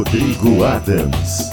Rodrigo Adams.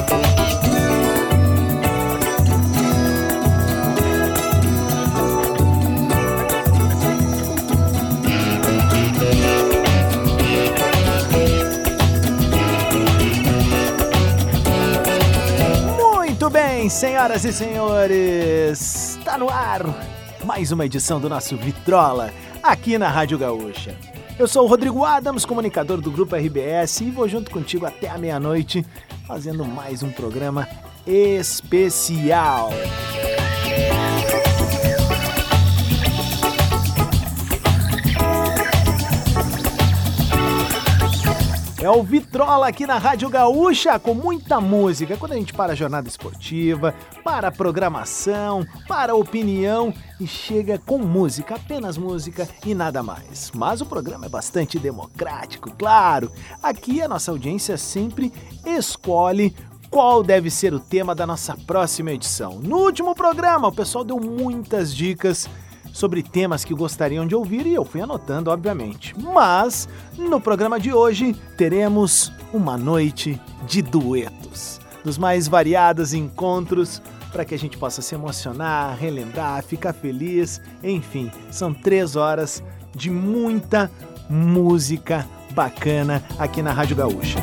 Muito bem, senhoras e senhores, está no ar mais uma edição do nosso Vitrola, aqui na Rádio Gaúcha. Eu sou o Rodrigo Adams, comunicador do Grupo RBS, e vou junto contigo até a meia-noite, fazendo mais um programa especial. É o Vitrola aqui na Rádio Gaúcha, com muita música. Quando a gente para a jornada esportiva, para a programação, para a opinião e chega com música, apenas música e nada mais. Mas o programa é bastante democrático, claro. Aqui a nossa audiência sempre escolhe qual deve ser o tema da nossa próxima edição. No último programa, o pessoal deu muitas dicas sobre temas que gostariam de ouvir e eu fui anotando, obviamente. Mas, no programa de hoje, teremos uma noite de duetos, dos mais variados encontros, para que a gente possa se emocionar, relembrar, ficar feliz, enfim, são 3 horas de muita música bacana aqui na Rádio Gaúcha.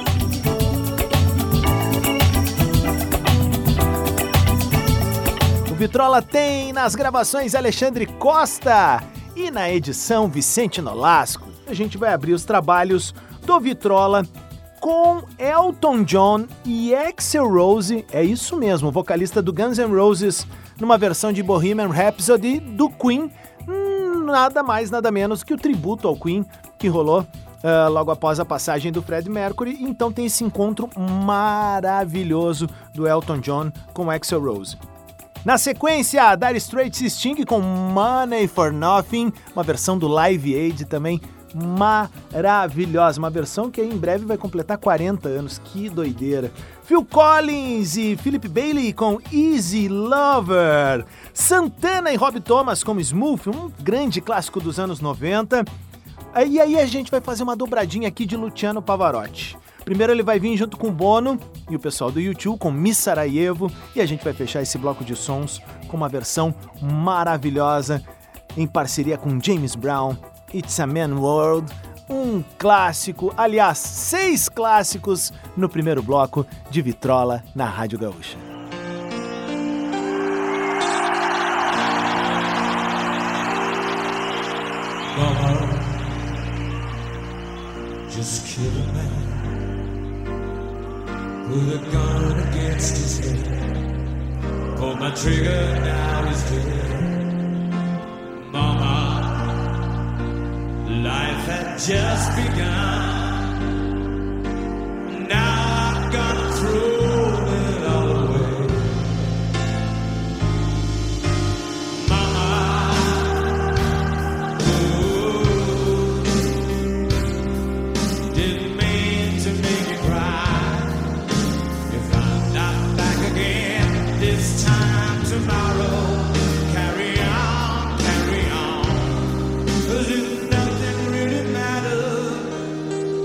Vitrola tem nas gravações Alexandre Costa e na edição Vicente Nolasco. A gente vai abrir os trabalhos do Vitrola com Elton John e Axl Rose, é isso mesmo, vocalista do Guns N' Roses, numa versão de Bohemian Rhapsody do Queen, nada mais, nada menos que o tributo ao Queen que rolou logo após a passagem do Freddie Mercury. Então tem esse encontro maravilhoso do Elton John com Axl Rose. Na sequência, Dire Straits e Sting com Money for Nothing, uma versão do Live Aid também maravilhosa, uma versão que em breve vai completar 40 anos, que doideira. Phil Collins e Philip Bailey com Easy Lover, Santana e Rob Thomas com Smooth, um grande clássico dos anos 90. E aí a gente vai fazer uma dobradinha aqui de Luciano Pavarotti. Primeiro ele vai vir junto com o Bono e o pessoal do YouTube com Miss Sarajevo, e a gente vai fechar esse bloco de sons com uma versão maravilhosa em parceria com James Brown, It's a Man World, um clássico, aliás, 6 clássicos no primeiro bloco de Vitrola na Rádio Gaúcha. Just kill a man with a gun against his head. Pull my trigger, now he's dead. Mama, life had just begun. Now I've gone through it all away. Mama, ooh, didn't mean to make you cry. This time tomorrow, carry on, 'cause if nothing really matters,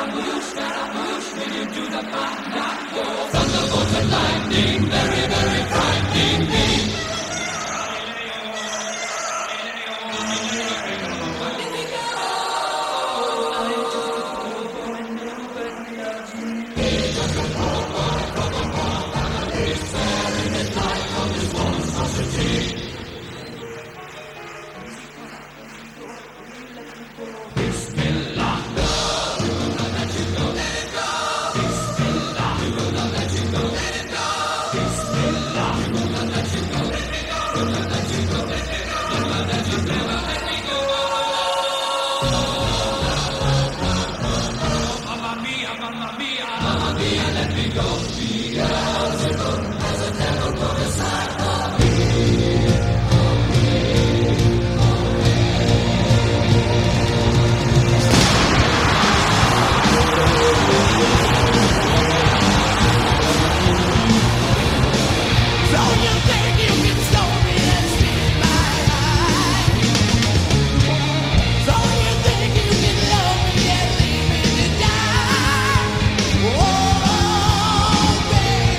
Oh, baby.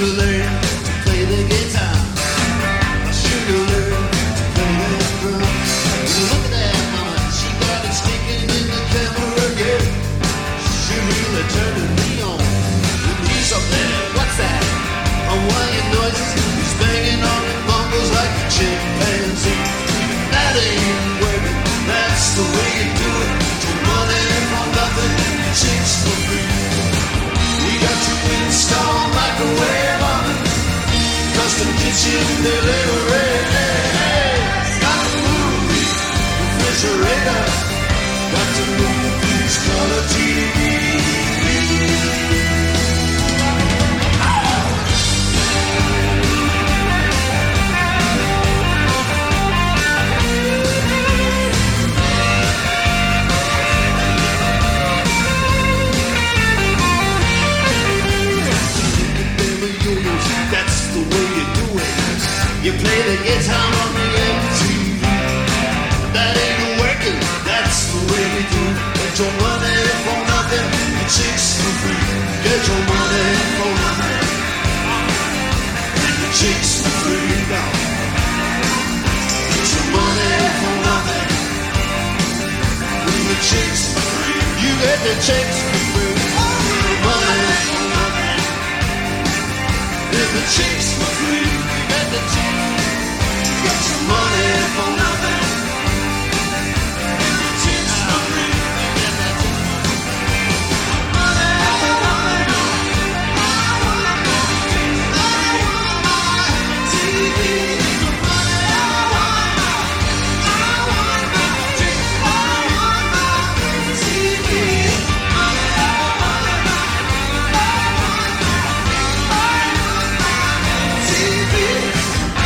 have learned to play the guitar. I should have learned to play the drums. Look at that mama, she got it sticking in the camera again. She really turning me on. And he's up there, what's that? Hawaiian noises, he's banging on the bongos like a chimpanzee. That ain't working, that's the way you do it. Take money for nothing, chicks for free. We got to install microwave oven, custom kitchen delivery. Got to move the refrigerator, got to move these color TVs. That's the way you do it. You play the guitar on the MTV. That ain't working. That's the way we do it. Get your money for nothing, your chicks for free. Get your money for nothing, and your chicks for free. Now, get your money for nothing, and your chicks for free. You get the chicks for free. Your money for nothing. If the chicks for free, get the chicks, get some money for nothing. If the chicks for free, get the money for nothing. TV, TV.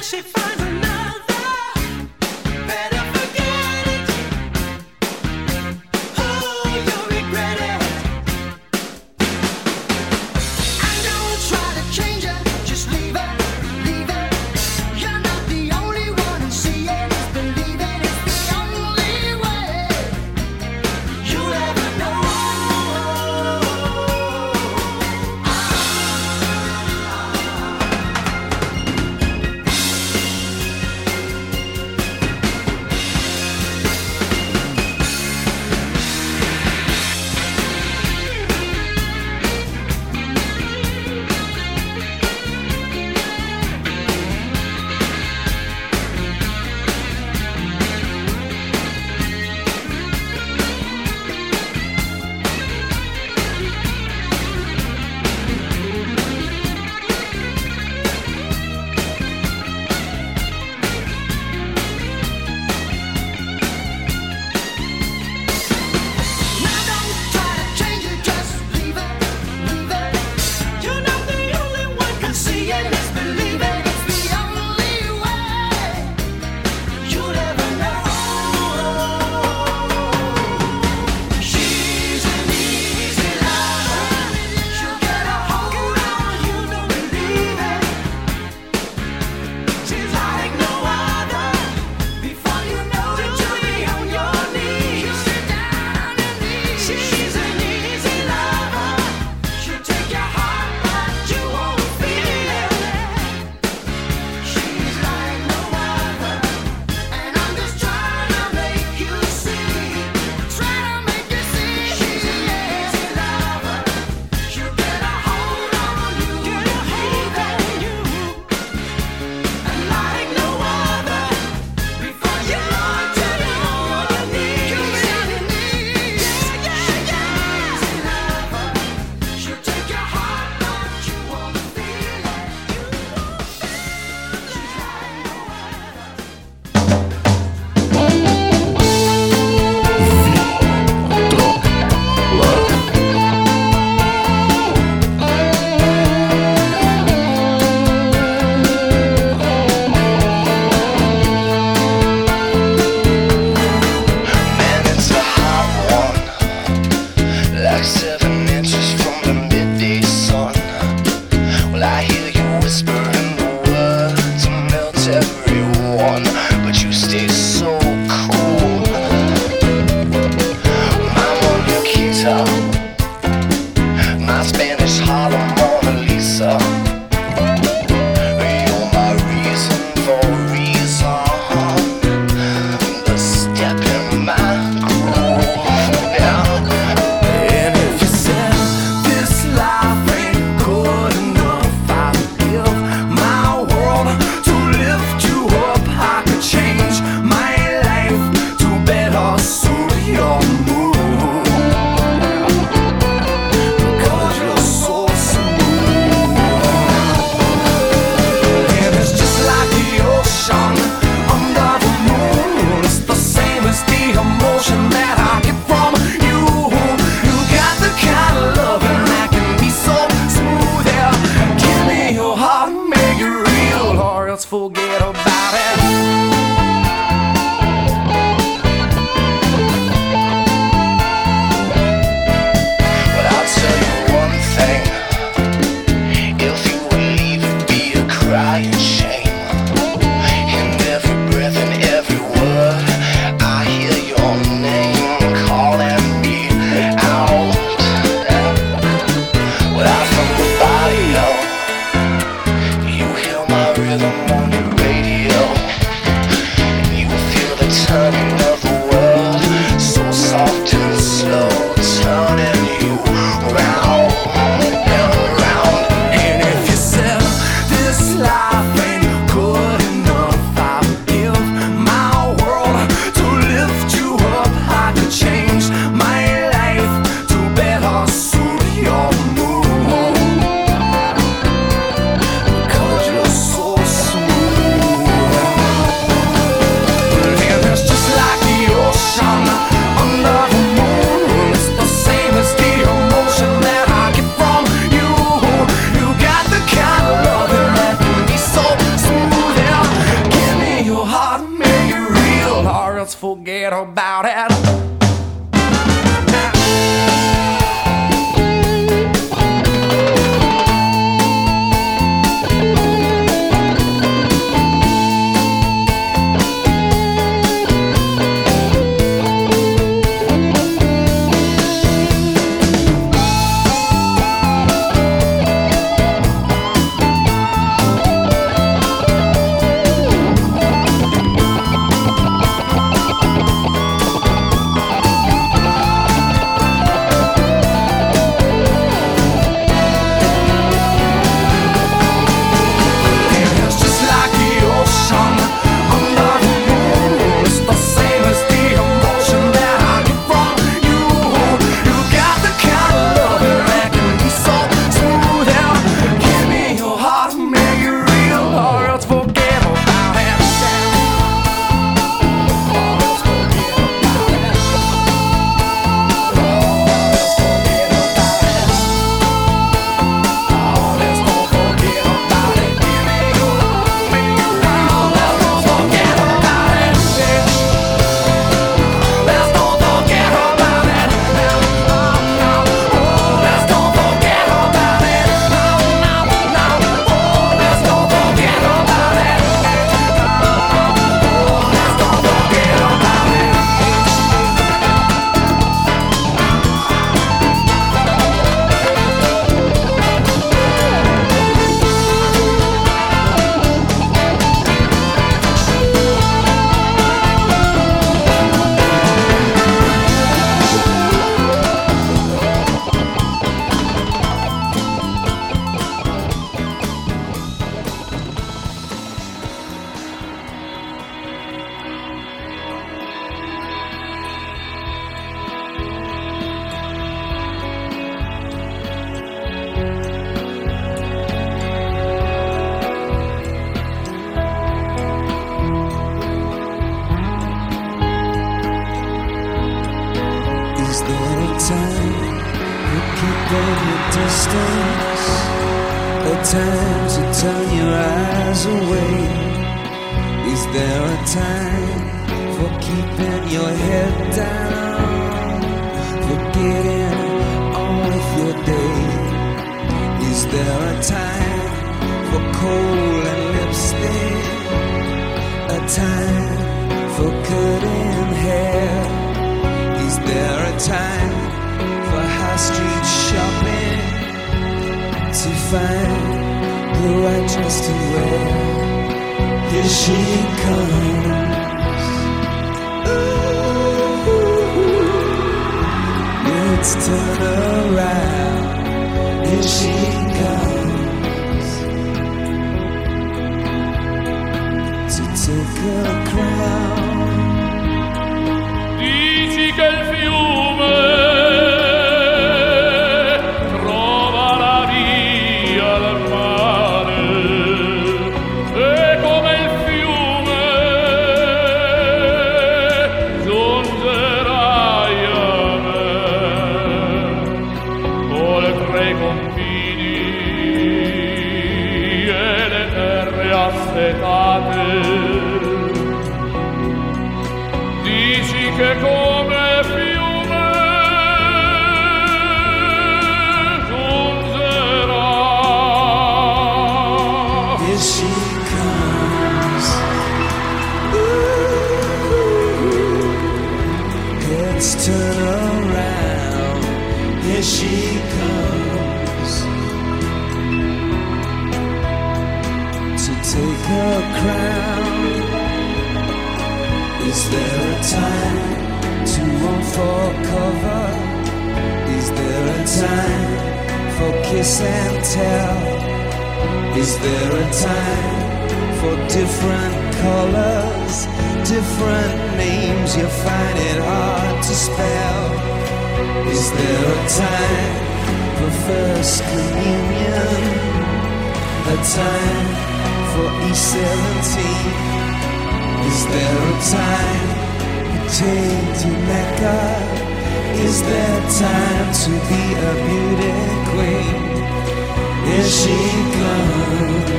rhythm on your radio. forget about it.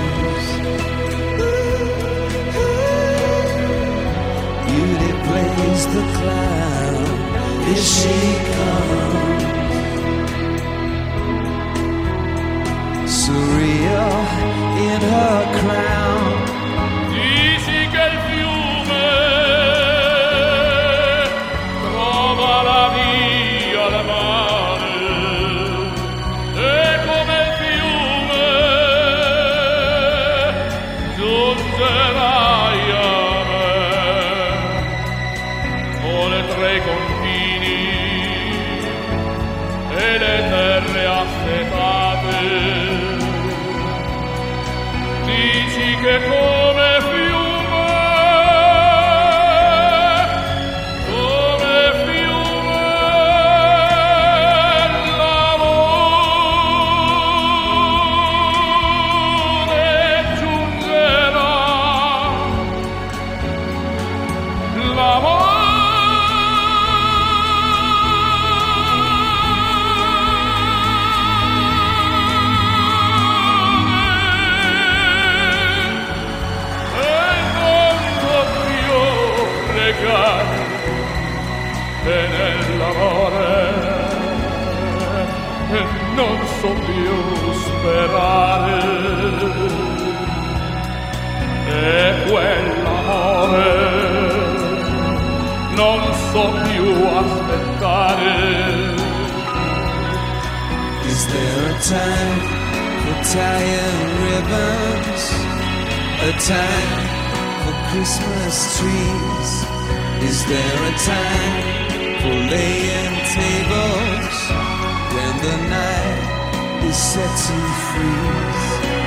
Beauty plays the clown. Here she comes, surreal in her crown. Dici che il fiume trova la via al mare, e come il fiume giungerai a me, oltre i confini e le terre assetate. Dici che come fiume l'amore giungerà, e nell'amore non so più sperare, e quell'amore non so più aspettare. Is there a time for tying ribbons? A time for Christmas trees? Is there a time for laying tables when the night is set to freeze?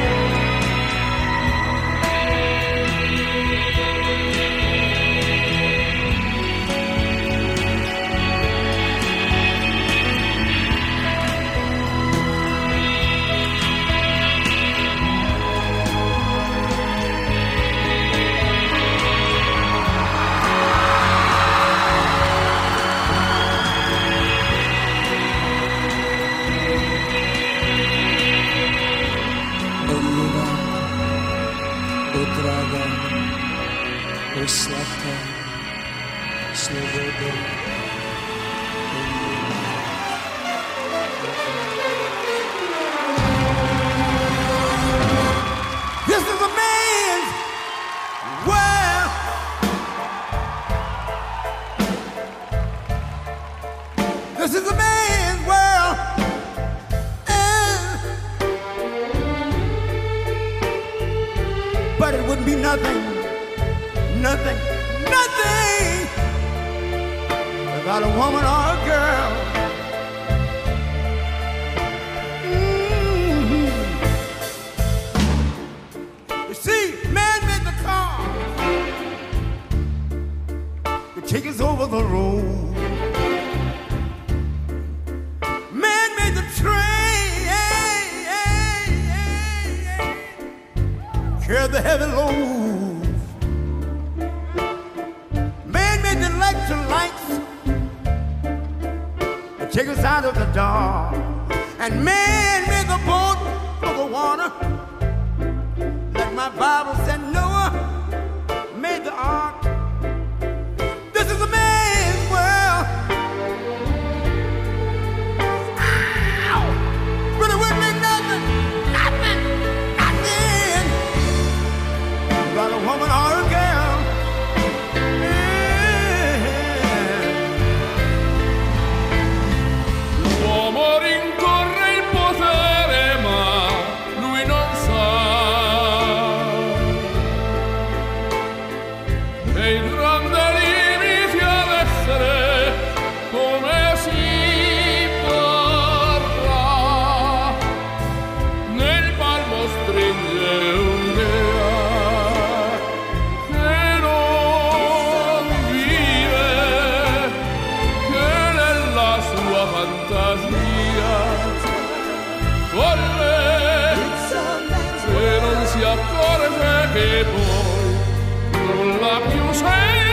Slavka, Sloboda. This is a man's world. This is a man's world. But it wouldn't be nothing without a woman or a girl. You see, man made the car to take us over the road. Man made the train, carry the heavy load. Take us out of the dark, and man made the boat for the water. Like my Bible said, Noah made the ark. This is a man's world. Ow! But it wouldn't be nothing without a woman or a girl. Rincorre il potere, ma lui non sa, e il grande limite ad essere come si parla, nel palmo stringe un'idea che non vive, che nella sua fantasia corre, se non si accorge che poi non l'ha più sentita.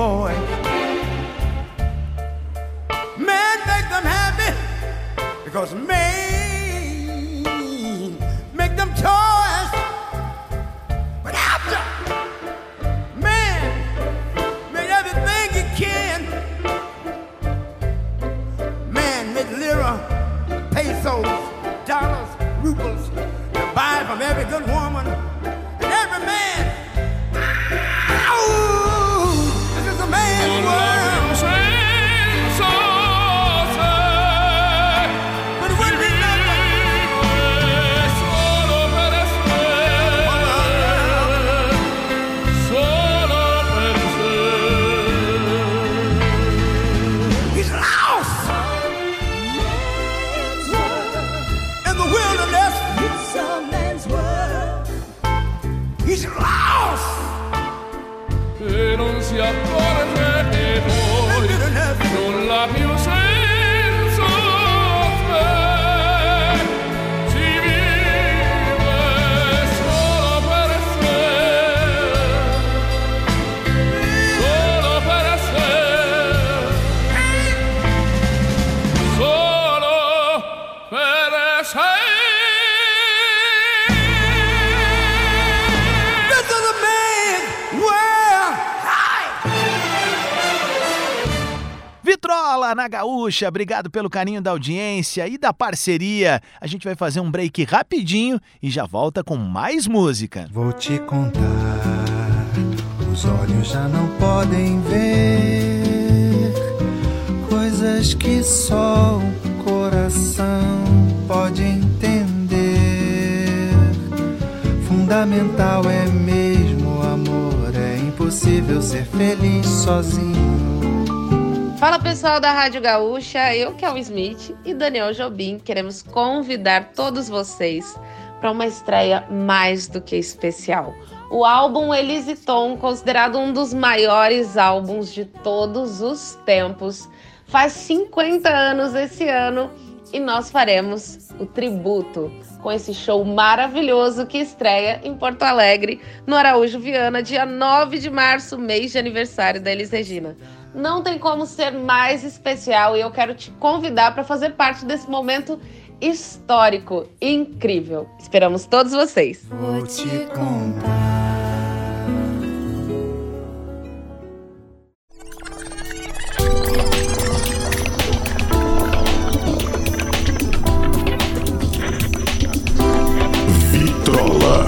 boys. Men make them happy because men make them toys. But after man made everything he can, man made lira, pesos, dollars, rubles to buy from every good woman and every man. Ow! This is a man's world. But when we he's lost in the wilderness. It's a man's world. He's lost. E non si accorge che poi non l'ha più senso te. Si vive solo per sé, solo per sé, solo per sé. This is a man's world. Vitrola na Gaúcha, obrigado pelo carinho da audiência e da parceria. A gente vai fazer um break rapidinho e já volta com mais música. Vou te contar, os olhos já não podem ver coisas que só o coração pode entender. Fundamental é mesmo o amor, é impossível ser feliz sozinho. Fala pessoal da Rádio Gaúcha, eu, Kel Smith e Daniel Jobim, queremos convidar todos vocês para uma estreia mais do que especial. O álbum Elise Tom, considerado um dos maiores álbuns de todos os tempos, faz 50 anos esse ano e nós faremos o tributo com esse show maravilhoso que estreia em Porto Alegre, no Araújo Viana, dia 9 de março, mês de aniversário da Elis Regina. Não tem como ser mais especial e eu quero te convidar para fazer parte desse momento histórico e incrível. Esperamos todos vocês. Vou te contar. Vitrola.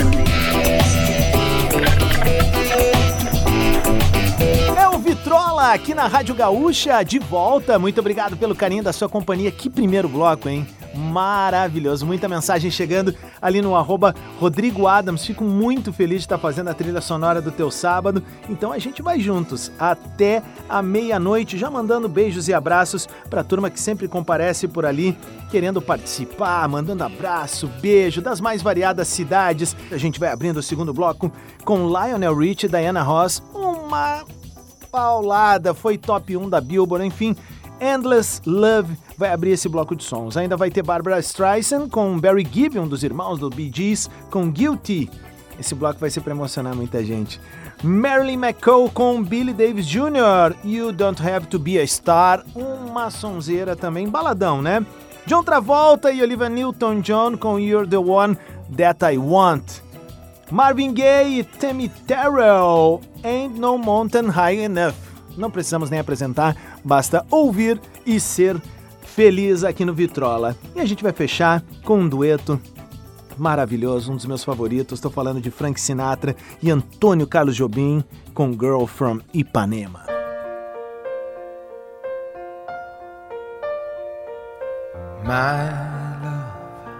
É o Vitrola aqui na Rádio Gaúcha, de volta. Muito obrigado pelo carinho da sua companhia. Que primeiro bloco, hein? Maravilhoso, muita mensagem chegando ali no @Rodrigo Adams. Fico muito feliz de estar fazendo a trilha sonora do teu sábado. Então a gente vai juntos até a meia-noite, já mandando beijos e abraços para a turma que sempre comparece por ali, querendo participar, mandando abraço, beijo das mais variadas cidades. A gente vai abrindo o segundo bloco com Lionel Richie e Diana Ross. Uma paulada, foi top 1 da Billboard, enfim. Endless Love vai abrir esse bloco de sons. Ainda vai ter Barbra Streisand com Barry Gibb, um dos irmãos do Bee Gees, com Guilty. Esse bloco vai ser para emocionar muita gente. Marilyn McCall com Billy Davis Jr., You Don't Have to Be a Star, uma sonzeira também, baladão, né? John Travolta e Olivia Newton-John com You're the One That I Want. Marvin Gaye e Tammy Terrell, Ain't No Mountain High Enough. Não precisamos nem apresentar, basta ouvir e ser feliz aqui no Vitrola. E a gente vai fechar com um dueto maravilhoso, um dos meus favoritos. Estou falando de Frank Sinatra e Antônio Carlos Jobim com Girl from Ipanema. My love,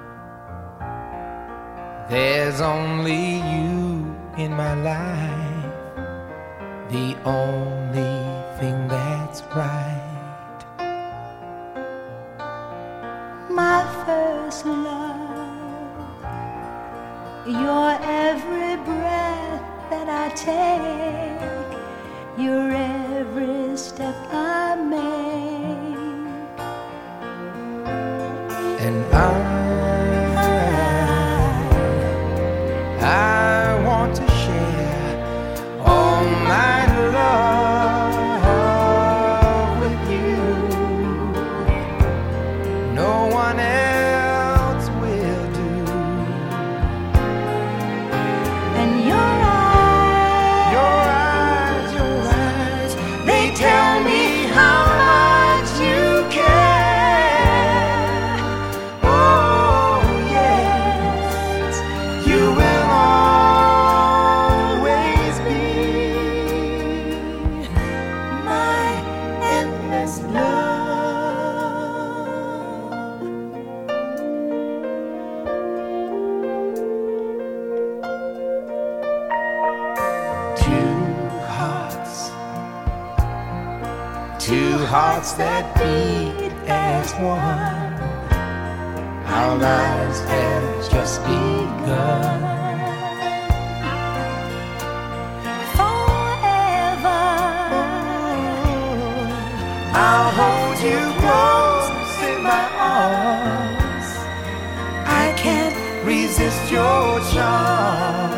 there's only you in my life, the only thing that's right. My first love, your every breath that I take, your every step I make. And I want to share all my love hearts that beat as one. Our lives have just begun. Forever, I'll hold you close in my arms. I can't resist your charms.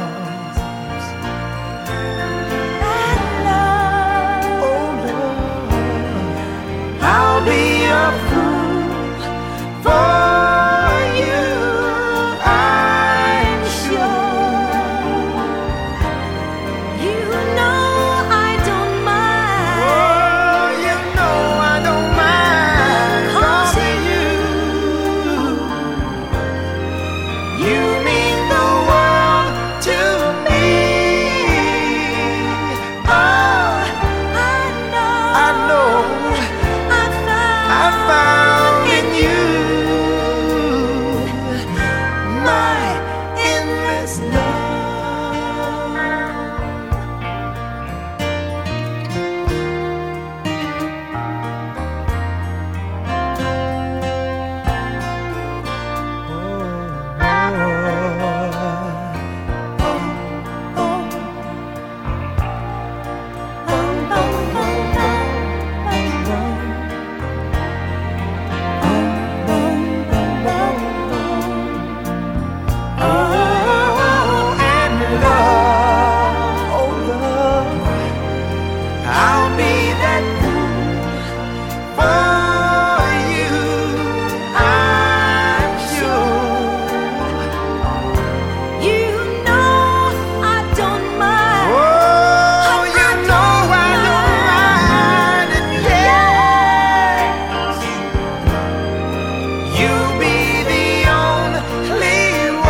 I'll be a fool for you, I'm sure. you know I don't mind. Oh, you know I don't mind. 'Cause you mean the world to me. Oh, I know. I found in you my endless love. I'll be that fool for you, I'm sure. You know I don't mind. Oh, you know I don't mind, and yes, you'll be the only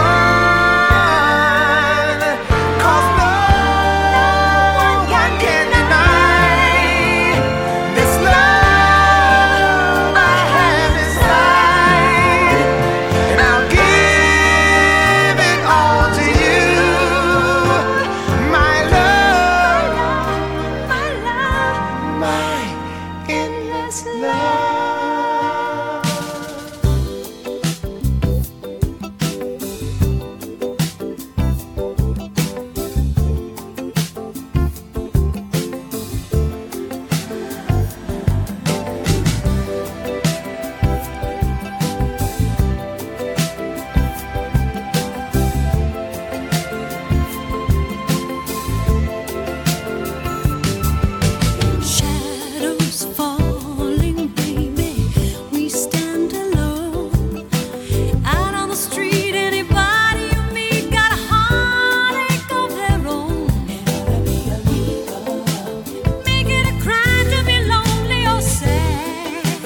one. 'Cause no one can deny this love I have inside, and I'll give it all to you, my love, my endless love. Shadows falling, baby, we stand alone. Out on the street, anybody you meet got a heartache of their own. Make it a crime to be lonely or sad.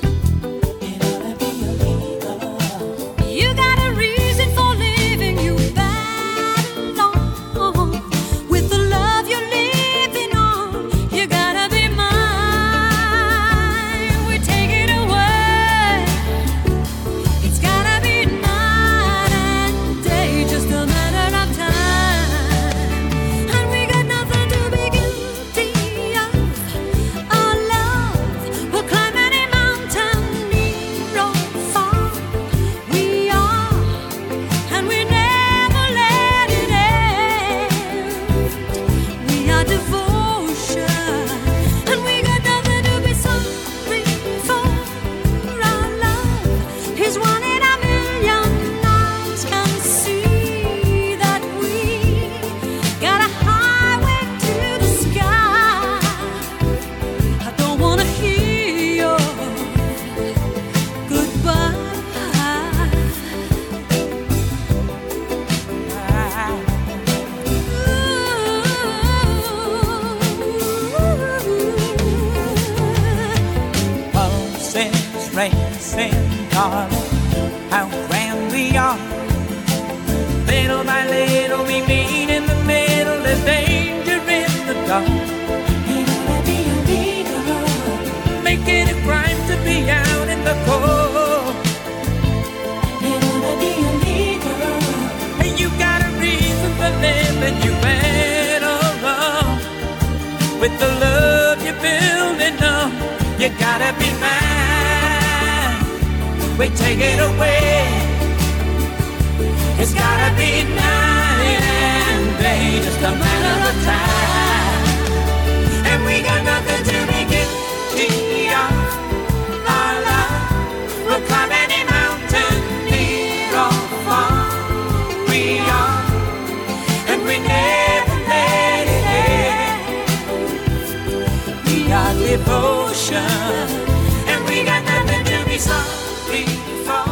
You got a reason for living, you battle on. With the love you're living on, you gotta be mine. We take it away. It's gotta be night and day, just a matter of time. And we got nothing to be guilty of. Our love will climb any mountain, near or far. We are, and we never let it end. We are devotion, and we got nothing to be sorry for. Our love is one in a million. Eyes can see that we got a highway to the sky. I don't wanna hear your goodbye. Pulses racing, darling, how grand we are. Little by little we meet in the middle. There's danger in the dark. Make it a crime to be out in the cold. Hey, you got a reason for living, you better run. With the love you're building up, you gotta we take it away. It's gotta be night and day, just a matter of time. And we got nothing to be guilty of. Our love will climb any mountain, near or far. We are, and we never let it end. We are devotion, and we got nothing to be sorry for.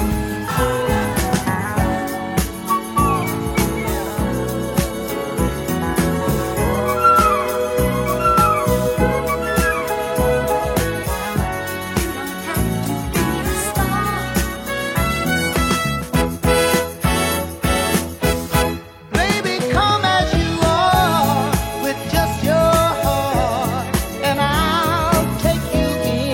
Baby, come as you are with just your heart, and I'll take you in.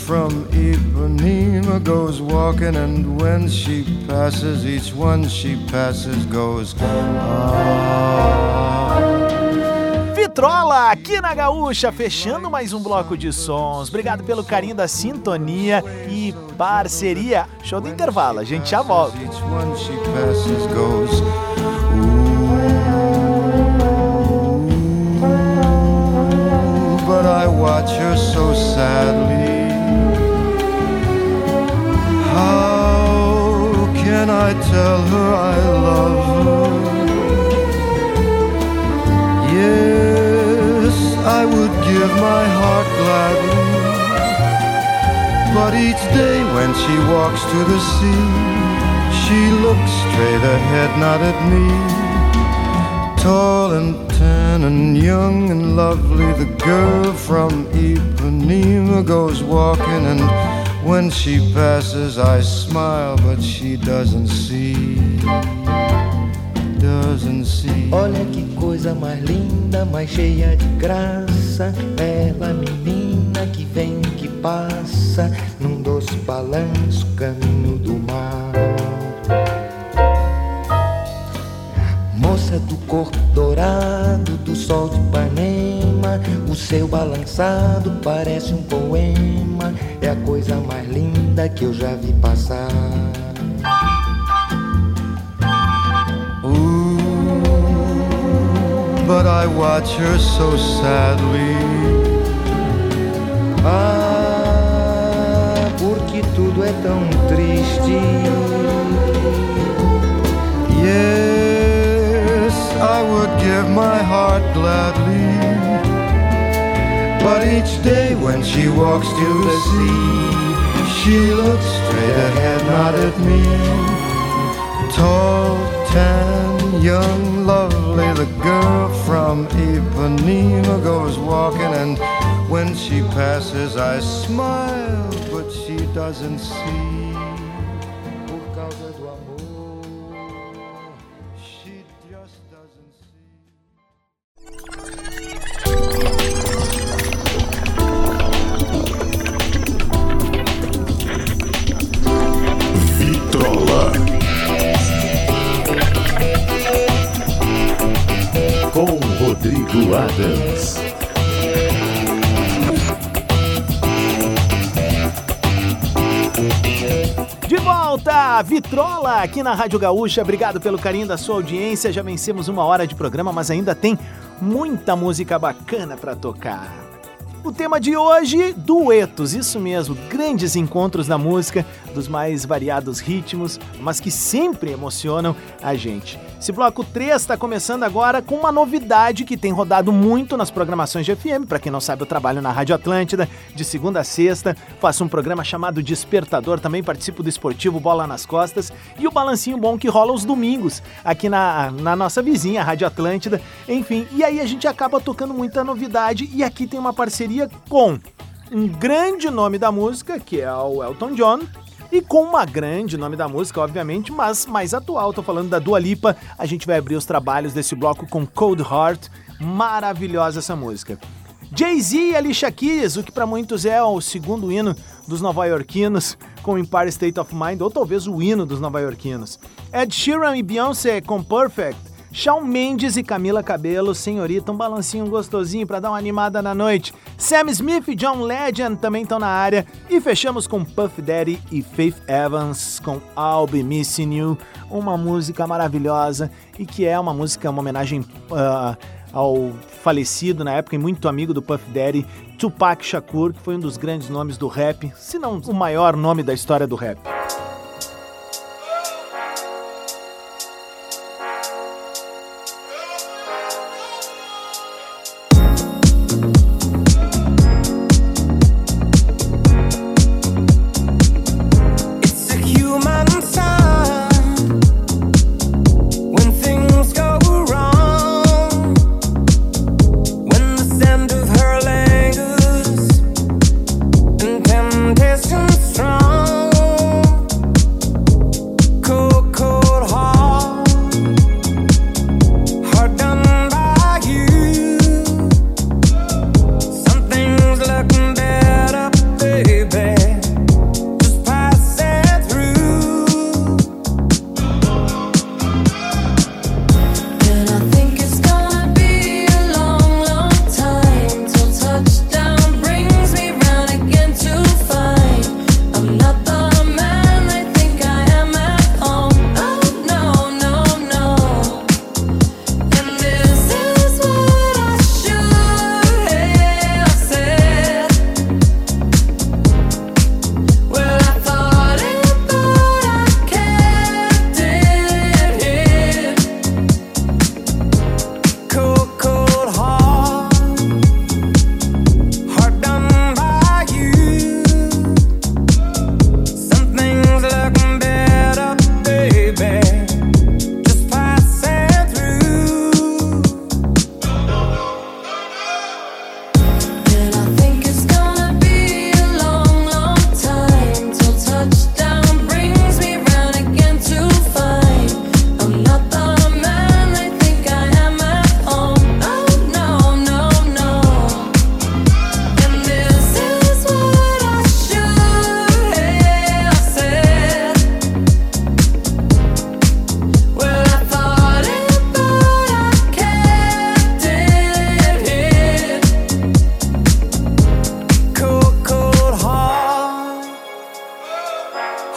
from Ipanema goes walking, and when she passes, each one she passes goes Vitrola aqui na Gaúcha, fechando mais um bloco de sons. Obrigado pelo carinho da sintonia e parceria. Show do intervalo, a gente já volta. Each one she passes goes but I watch her so sadly. How can I tell her I love her? Yes, I would give my heart gladly, but each day when she walks to the sea, she looks straight ahead, not at me. Tall and tan and young and lovely, the girl from Ipanema goes walking, and when she passes I smile, but she doesn't see. Olha que coisa mais linda, mais cheia de graça, bela menina que vem, que passa, num doce balanço, caminho do mar. Moça do corpo dourado, do sol de Ipanema, o seu balançado parece um poema, é a coisa mais linda que eu já vi passar. But I watch her so sadly. Ah, porque tudo é tão triste. Yes, I would give my heart gladly, but each day when she walks to the sea, she looks straight ahead, not at me. Tall, tan, young, lovely, the girl from Ipanema goes walking, and when she passes I smile, but she doesn't see. Por causa do amor, she just doesn't see. Vitrola com Rodrigo Adams. De volta, Vitrola aqui na Rádio Gaúcha. Obrigado pelo carinho da sua audiência. Já vencemos 1 hora de programa, mas ainda tem muita música bacana pra tocar. O tema de hoje, duetos, isso mesmo, grandes encontros da música, dos mais variados ritmos, mas que sempre emocionam a gente. Esse bloco 3 está começando agora com uma novidade que tem rodado muito nas programações de FM. Para quem não sabe, eu trabalho na Rádio Atlântida, de segunda a sexta, faço um programa chamado Despertador, também participo do esportivo Bola nas Costas, e o Balancinho Bom que rola aos domingos, aqui na nossa vizinha, a Rádio Atlântida, enfim, e aí a gente acaba tocando muita novidade, e aqui tem uma parceria com um grande nome da música, que é o Elton John, e com uma grande nome da música, obviamente, mas mais atual, tô falando da Dua Lipa. A gente vai abrir os trabalhos desse bloco com Cold Heart, maravilhosa essa música. Jay-Z e Alicia Keys, o que para muitos é o segundo hino dos nova-iorquinos, com Empire State of Mind, ou talvez o hino dos nova-iorquinos. Ed Sheeran e Beyoncé com Perfect. Shawn Mendes e Camila Cabello, Senhorita, um balancinho gostosinho pra dar uma animada na noite. Sam Smith e John Legend também estão na área. E fechamos com Puff Daddy e Faith Evans com I'll Be Missing You, uma música maravilhosa e que é uma música, uma homenagem ao falecido na época e muito amigo do Puff Daddy, Tupac Shakur, que foi um dos grandes nomes do rap, se não o maior nome da história do rap. Strong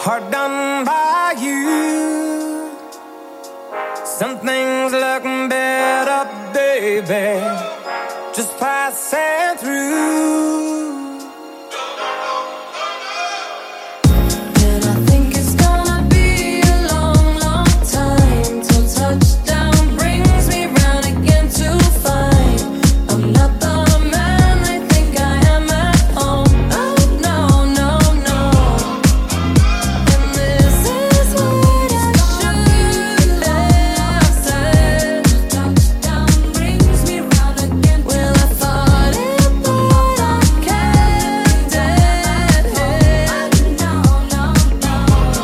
hard done by you. Some things look better, baby, just passing through. And I think it's gonna be a long, long time till touchdown brings me round again to find I'm not the man I think I am at home. Oh no, no, no. And this is what I should have said. Touchdown brings me round again. Well, I thought it, but I can't dead head. No, no, no.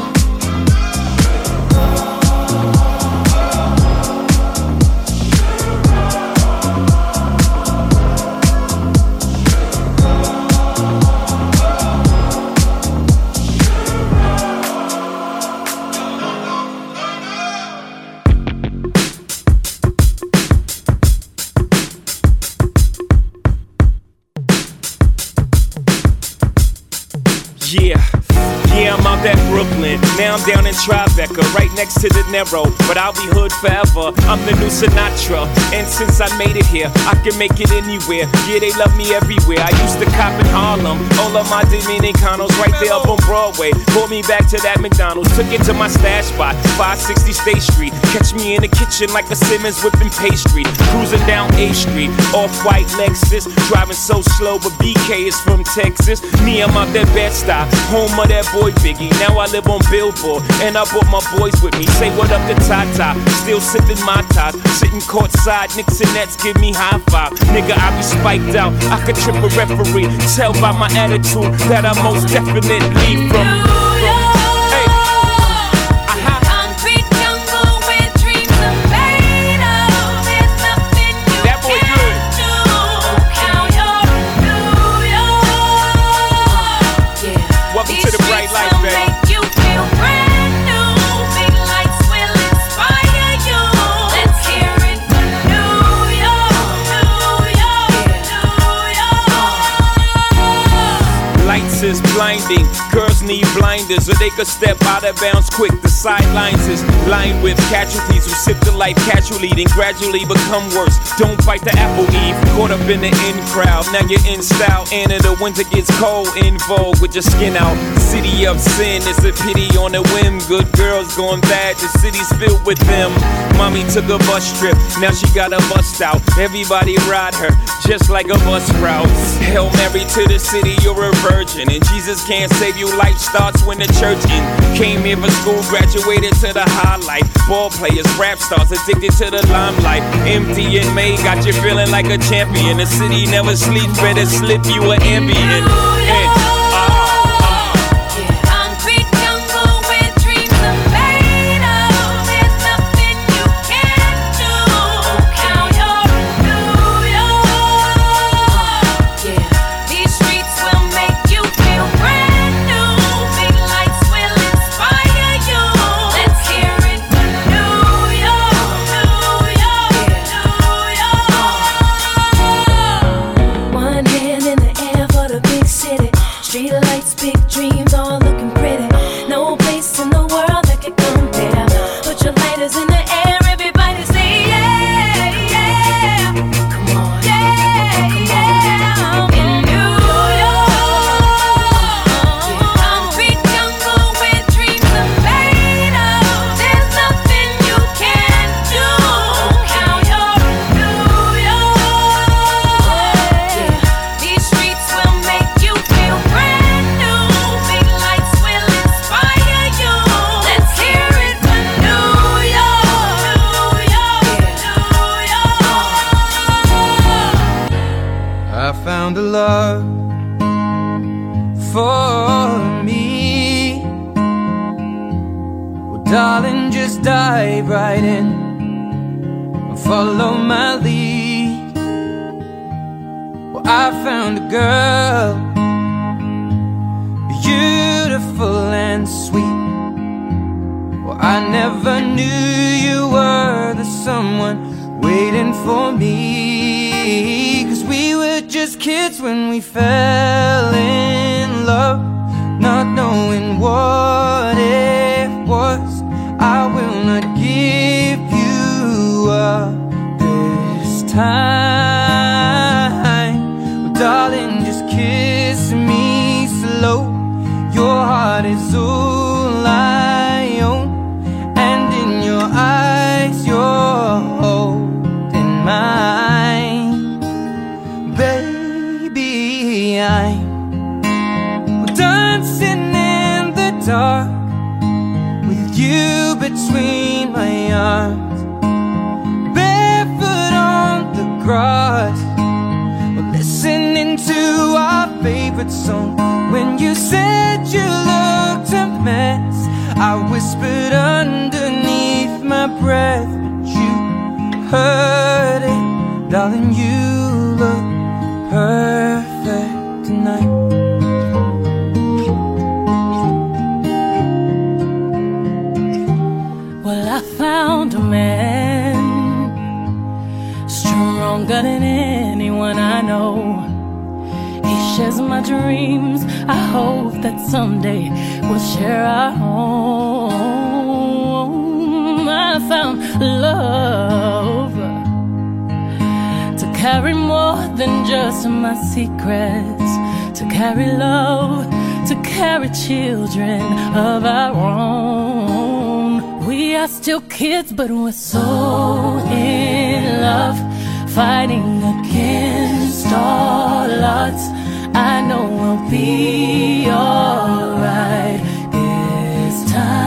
Yeah, I'm out at Brooklyn. Now I'm down in Tribeca, right next to the Narrow. But I'll be hood forever. I'm the new Sinatra. And since I made it here, I can make it anywhere. Yeah, they love me everywhere. I used to cop in Harlem. All of my Dominicanos right there up on Broadway. Pulled me back to that McDonald's. Took it to my stash spot, 560 State Street. Catch me in the kitchen like a Simmons whipping pastry. Cruising down A Street, off-white Lexus. Driving so slow, but BK is from Texas. Me, I'm out that Bed-Stuy, home of that boy Biggie. Now I live on Billboard, and I brought my boys with me. Say what up to Tata, still sipping my top. Sitting courtside, Knicks and Nets give me high five. Nigga, I be spiked out, I could trip a referee. Tell by my attitude that I most definitely from. Hey. Concrete jungle where dreams are made of. There's nothing you That boy can't good. do. Count your New York. Yeah. Welcome to the bright light, will baby. make you feel brand new. Big lights will inspire you. Let's hear it for New York, New York, New York. Lights is blinding, girls need blinders, or they could step out of bounds quick. The sidelines is lined with casualties who sip the life casually, then gradually become worse. Don't bite the apple, Eve. Caught up in the in crowd, now you're in style. And in the winter gets cold, in vogue with your skin out. City of sin, it's a pity on a whim. Good girls going bad, the city's filled with them. Mommy took a bus trip, now she got a bust out. Everybody ride her, just like a bus route. Hail Mary to the city, you're a virgin. And Jesus can't save you, life starts when the church in. Came here for school, graduated to the highlight. Ball players, rap stars, addicted to the limelight. Empty in May, got you feeling like a champion. The city never sleeps, better slip you an ambient. Concrete jungle where dreams are made of. There's nothing you can't do. Count your New York. These streets will make you feel brand new. Big lights will inspire you. Let's hear it for New York, New York, New York. One hand in the air for the big city. Street lights, big dreams, all looking pretty. No place in the world that could compare. Put your lighters in the air, everybody say yeah, yeah. Come on, yeah, yeah. In New York, concrete jungle where dreams are made of. There's nothing you can't do. Count your New York. These streets will make you feel brand new. Big lights will inspire you. Let's hear it for New York, New York, New York. I found a love for me. Well, darling, just dive right in and follow my lead. Well, I found a girl, beautiful and sweet. Well, I never knew you were the someone waiting for me. 'Cause we were just kids when we fell in love, not knowing what Your heart is all I own, and in your eyes you're holding mine. Baby, I'm dancing in the dark with you between my arms, barefoot on the grass, listening to our favorite song. When you said you looked a mess, I whispered underneath my breath, but you heard it. Darling, you look perfect tonight. Well, I found a man stronger than anyone I know. He shares my dreams. I hope that someday we'll share our home. I found love to carry more than just my secrets, to carry love, to carry children of our own. We are still kids, but we're so in love, fighting against all odds. I know we'll be alright this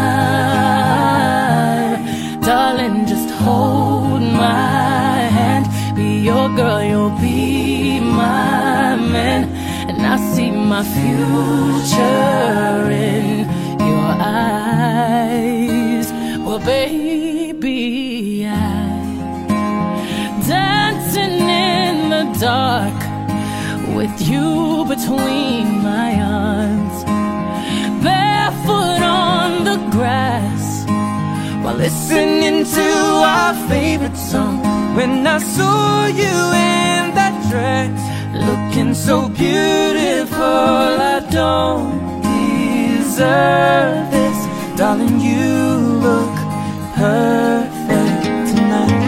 time. Darling, just hold my hand. Be your girl, you'll be my man. And I see my future in your eyes. Well, baby, I'm dancing in the dark with you between my arms, barefoot on the grass, while listening to our favorite song. When I saw you in that dress, looking so beautiful, I don't deserve this. Darling, you look perfect tonight.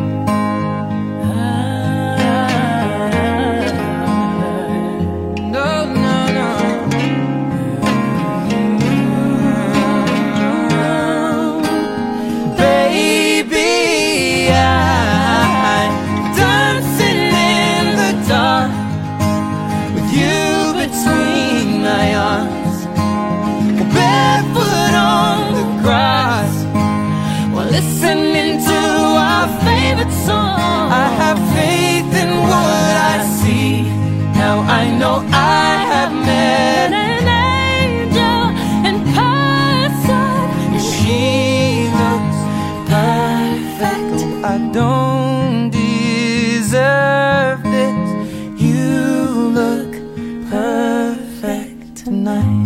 I have faith in what I see. Now I know I have met an angel in person, and she looks perfect. I don't deserve this. You look perfect tonight.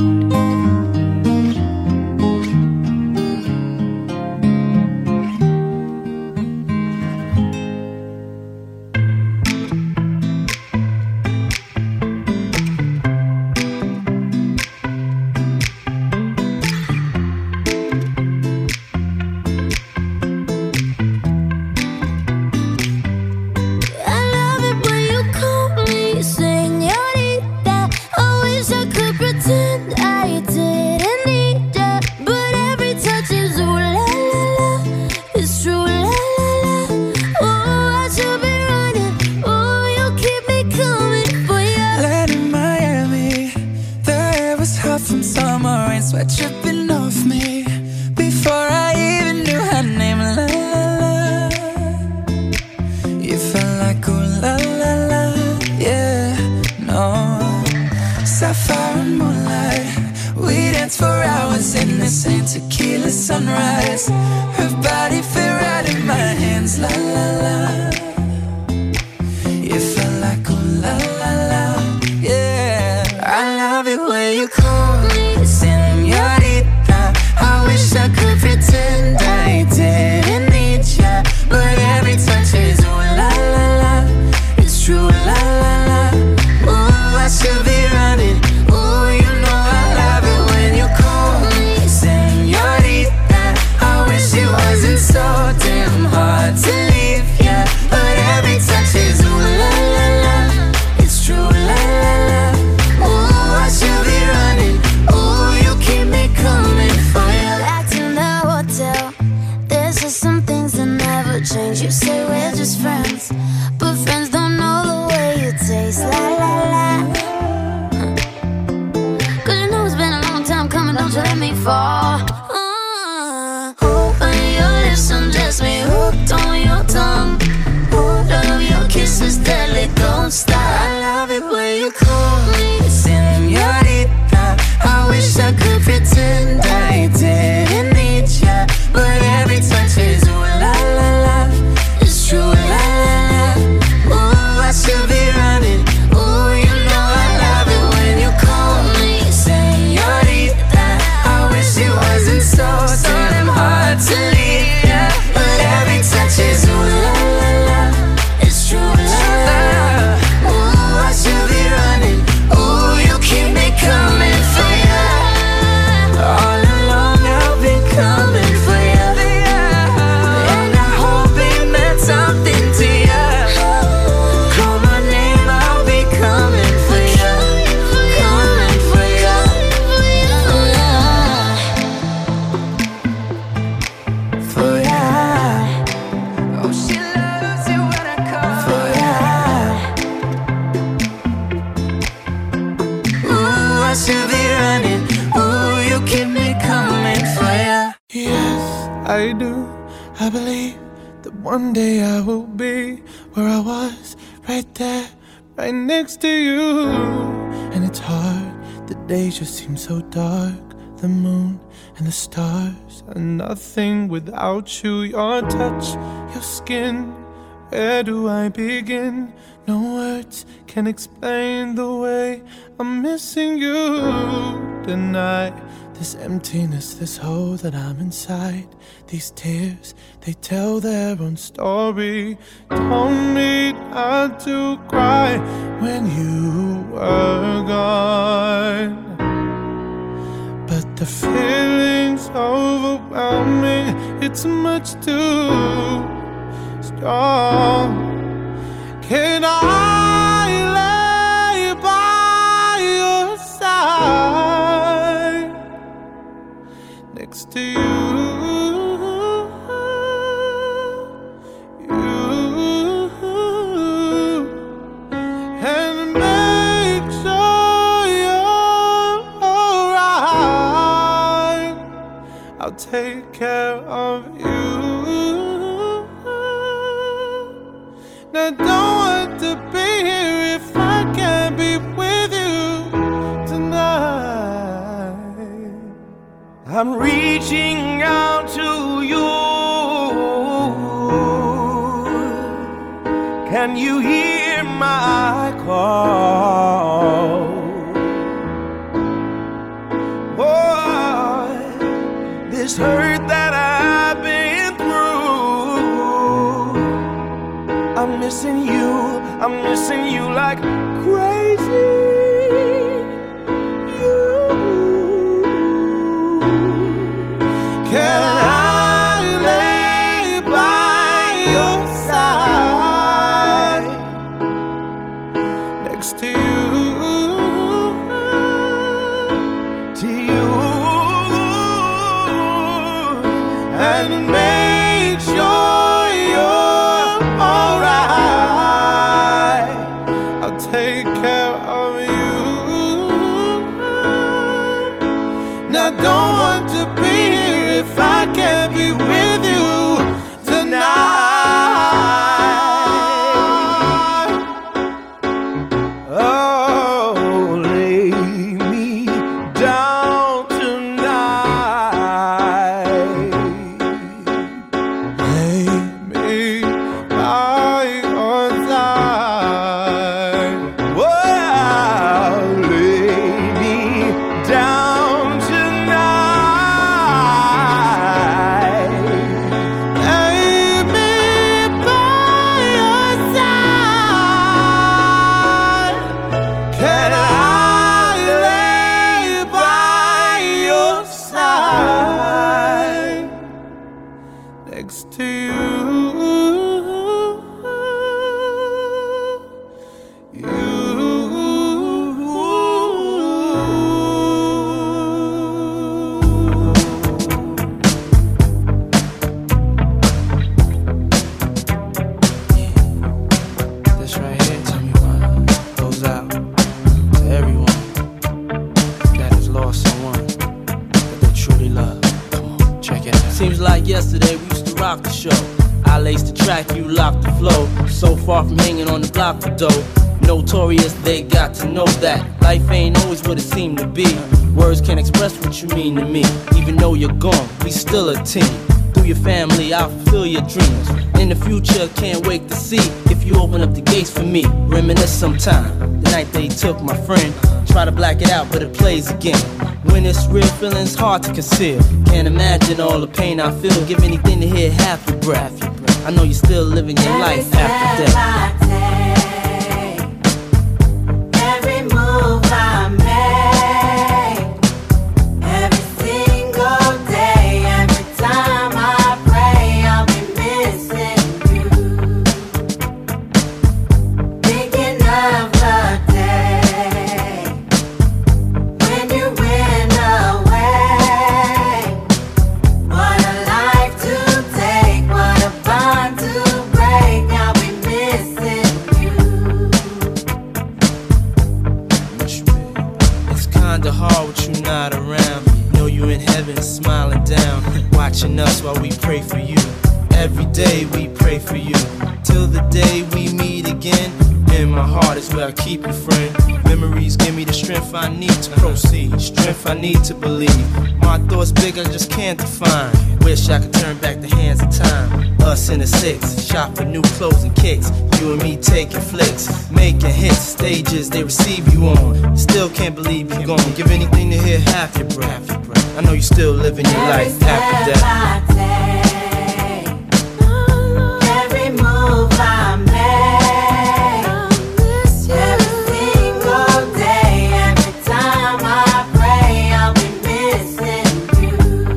Don't let me fall. Open your lips, undress me, hooked on your tongue. Oh, love your kisses deadly, don't stop. I love it when you call me señorita. I wish I could pretend I didn't need ya, but every touch is ooh la la la. It's true, la la la. Ooh, I should be running. Ooh, you know I love it when you call me señorita. I wish it wasn't so damn hard to leave ya, but every touch is ooh la la la. It's true, la la la. Ooh, I should be running. Ooh, you keep me coming for ya. All along I've been coming for ya, and I hope it meant something to ya. Call my name, I'll be coming for ya, coming for ya, for ya. Oh, she loves it when I call for ya. Ooh, I should be running. Ooh, you keep me coming for ya. Yes, I do. I believe that one day I will be where I was, right there, right next to you. And it's hard, the days just seem so dark. The moon and the stars are nothing without you. Your touch, your skin, where do I begin? No words can explain the way I'm missing you tonight. This emptiness, this hole that I'm inside. These tears, they tell their own story. Told me not to cry when you were gone, but the feeling's overwhelming. It's much too strong. Can I lay by your side next to you, and make sure you're alright? I'll take care of you. Now don't want to be here if I can't be with you tonight. I'm reaching out to you. Can you hear my call? Boy, this hurt that I've been through, I'm missing you like crazy. Can I lay by your side next to you, and make sure you're alright? I'll take care of you. Now don't want to be here if I can't be with you tonight. Oh, lay me down tonight. Lay me by your side. Well, lay me down tonight. Seems like yesterday we used to rock the show. I laced the track, you locked the flow. So far from hanging on the block for dough. Notorious, they got to know that life ain't always what it seemed to be. Words can't express what you mean to me. Even though you're gone, we still a team. Through your family, I'll fulfill your dreams. In the future, can't wait to see if you open up the gates for me. Reminisce sometime, the night they took my friend. Try to black it out, but it plays again. When it's real, feeling's hard to conceal. Can't imagine all the pain I feel. Give anything to hear half your breath. I know you're still living your life after death. Every move I make, every single day, every time I pray, I'll be missing you. Thinking of the day when you went away. What a life to take, what a bond to break. I'll be missing you. It's kinda hard with you not around. Know you in heaven smiling down, watching us while we pray for you. Every day we pray for you, till the day we meet again. In my heart is where I keep you, friend. Memories give me the strength I need to proceed, strength I need to believe. My thoughts big, I just can't define. Wish I could turn back the hands of time. Us in the six, shop for new clothes and kicks. You and me taking flicks, making hits, stages they receive you on. Still can't believe you're gone. Give anything to hear half your breath. I know you're still living your life after death. Every move I make, every single day, every time I pray, I'll be missing you.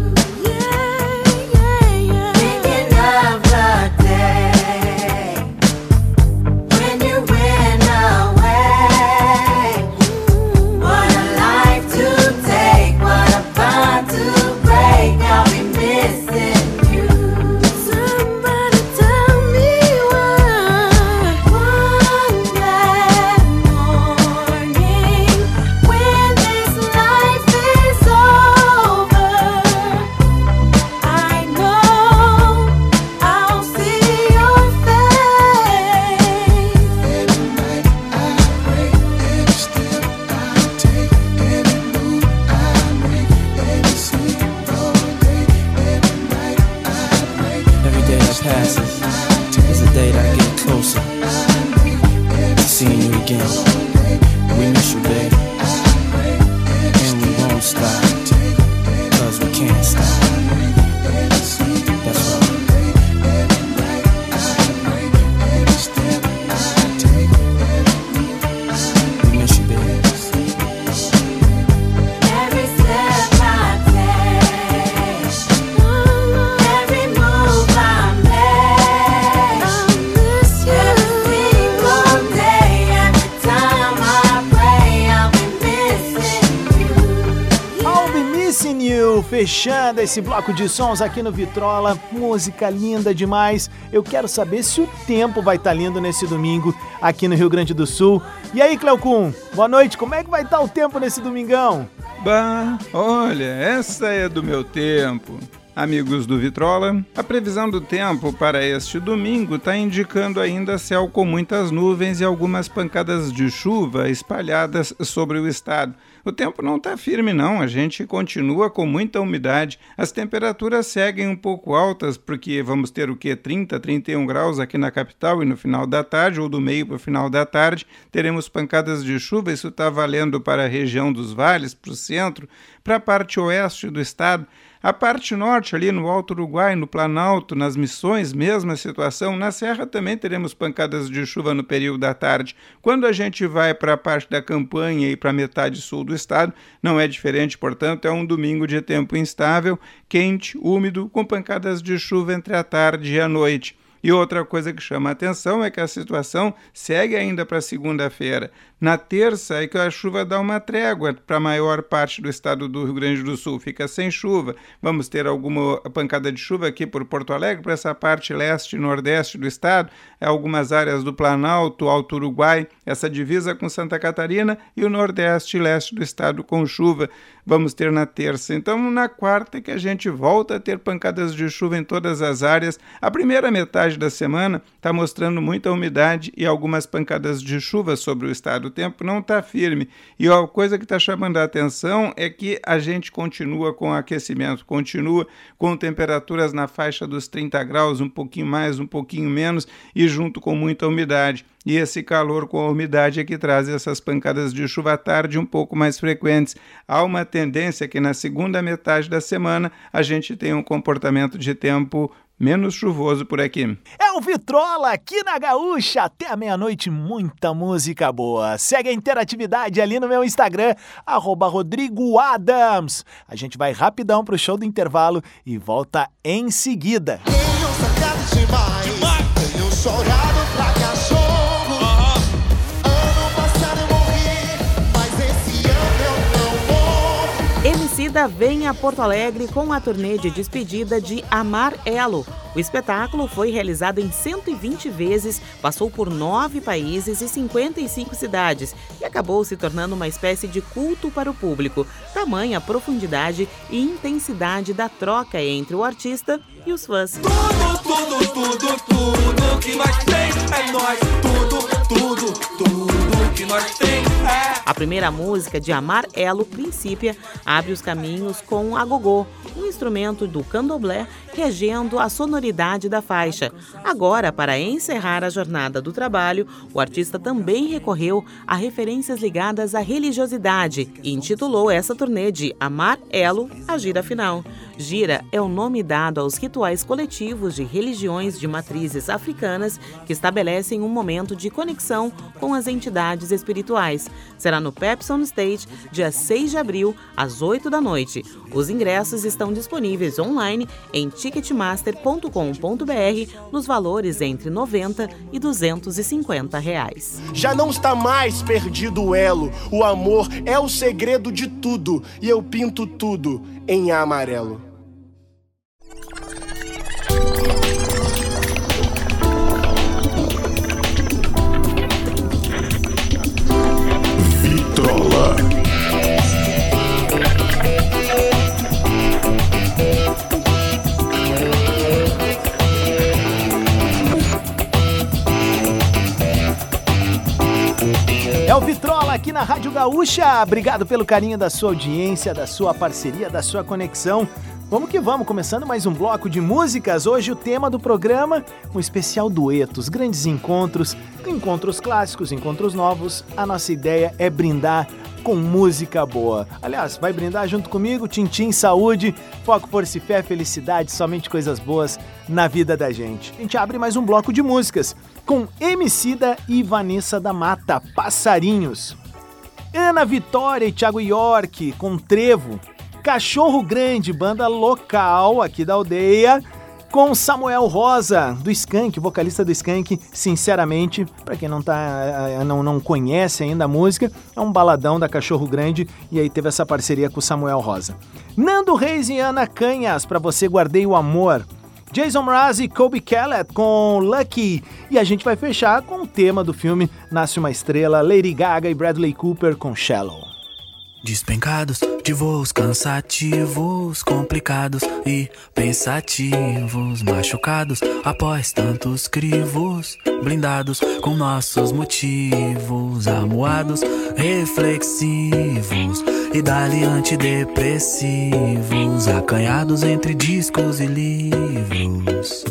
Thinking of the day when you went away. What a life to take, what a bond to break. I'll be missing you. Somebody tell me why. One that morning when this life is over, I know I'll see your face. Every night I pray, every step I take, every move I make, every single day, every night I pray. Every day that passes is a day that I get closer to seeing you again. We miss you, babe, and we won't stop, cause we can't stop. That's right. We miss you, babe. Every step I take, every move I make, every single day, every time I pray, I'll be missing you. I'll Be Missing You, fechando esse bloco de sons aqui no Vitrola, música linda demais. Eu quero saber se o tempo vai estar lindo nesse domingo aqui no Rio Grande do Sul. E aí, Cleocum, boa noite, como é que vai estar o tempo nesse domingão? Bah, olha, essa é do meu tempo. Amigos do Vitrola, a previsão do tempo para este domingo está indicando ainda céu com muitas nuvens e algumas pancadas de chuva espalhadas sobre o estado. O tempo não está firme não, a gente continua com muita umidade. As temperaturas seguem um pouco altas, porque vamos ter o quê? 30, 31 graus aqui na capital e no final da tarde, ou do meio para o final da tarde, teremos pancadas de chuva. Isso está valendo para a região dos vales, para o centro, para a parte oeste do estado. A parte norte, ali no Alto Uruguai, no Planalto, nas Missões, mesma situação. Na Serra também teremos pancadas de chuva no período da tarde. Quando a gente vai para a parte da campanha e para a metade sul do estado, não é diferente, portanto, é um domingo de tempo instável, quente, úmido, com pancadas de chuva entre a tarde e a noite. E outra coisa que chama a atenção é que a situação segue ainda para segunda-feira. Na terça é que a chuva dá uma trégua para a maior parte do estado do Rio Grande do Sul, fica sem chuva. Vamos ter alguma pancada de chuva aqui por Porto Alegre, para essa parte leste e nordeste do estado, algumas áreas do Planalto, Alto Uruguai, essa divisa com Santa Catarina, e o nordeste e leste do estado com chuva. Vamos ter na terça. Então, na quarta é que a gente volta a ter pancadas de chuva em todas as áreas. A primeira metade da semana está mostrando muita umidade e algumas pancadas de chuva sobre o estado. O tempo não está firme. E a coisa que está chamando a atenção é que a gente continua com aquecimento, continua com temperaturas na faixa dos 30 graus, um pouquinho mais, um pouquinho menos, e junto com muita umidade. E esse calor com a umidade é que traz essas pancadas de chuva à tarde um pouco mais frequentes. Há uma tendência que na segunda metade da semana a gente tenha um comportamento de tempo menos chuvoso por aqui. É o Vitrola aqui na Gaúcha, até a meia-noite, muita música boa. Segue a interatividade ali no meu Instagram, @RodrigoAdams. A gente vai rapidão pro show do intervalo e volta em seguida. Tenho sacado demais, tenho chorado pra cachorro. Ano passado eu morri, mas esse ano eu não morro. Emicida vem a Porto Alegre com a turnê de despedida de Amarelo. O espetáculo foi realizado em 120 vezes, passou por 9 países e 55 cidades e acabou se tornando uma espécie de culto para o público. Tamanha a profundidade e intensidade da troca entre o artista e os fãs. Tudo que nós tem é nós. Tudo que nós tem é... A primeira música de Amarelo, Princípia, abre os caminhos com agogô, um instrumento do candomblé regendo a sonoridade da faixa. Agora, para encerrar a jornada do trabalho, o artista também recorreu a referências ligadas à religiosidade e intitulou essa turnê de Amarelo, a gira final. Gira é o nome dado aos rituais coletivos de religiões de matrizes africanas que estabelecem um momento de conexão com as entidades espirituais. Será no Pepsi On Stage, dia 6 de abril, às 8 da noite. Os ingressos estão disponíveis online em ticketmaster.com.br nos valores entre R$ 90 e R$ 250. Já não está mais perdido o elo. O amor é o segredo de tudo e eu pinto tudo em amarelo. Vitrola. É o Vitrola aqui na Rádio Gaúcha. Obrigado pelo carinho da sua audiência, da sua parceria, da sua conexão. Vamos que vamos, começando mais um bloco de músicas. Hoje o tema do programa, um especial duetos, grandes encontros, encontros clássicos, encontros novos. A nossa ideia é brindar com música boa. Aliás, vai brindar junto comigo? Tintim, saúde, foco, força e fé, felicidade, somente coisas boas na vida da gente. A gente abre mais um bloco de músicas com Emicida e Vanessa da Mata, Passarinhos. Ana Vitória e Thiago York com Trevo. Cachorro Grande, banda local aqui da aldeia, com Samuel Rosa, do Skank, vocalista do Skank. Sinceramente, para quem não conhece ainda a música, é um baladão da Cachorro Grande, e aí teve essa parceria com o Samuel Rosa. Nando Reis e Ana Canhas, Pra Você Guardei o Amor. Jason Mraz e Kobe Kellett com Lucky. E a gente vai fechar com o tema do filme Nasce Uma Estrela, Lady Gaga e Bradley Cooper com Shallow. Despencados de voos cansativos, complicados e pensativos, machucados após tantos crivos, blindados com nossos motivos, amuados, reflexivos e dali antidepressivos, acanhados entre discos e livros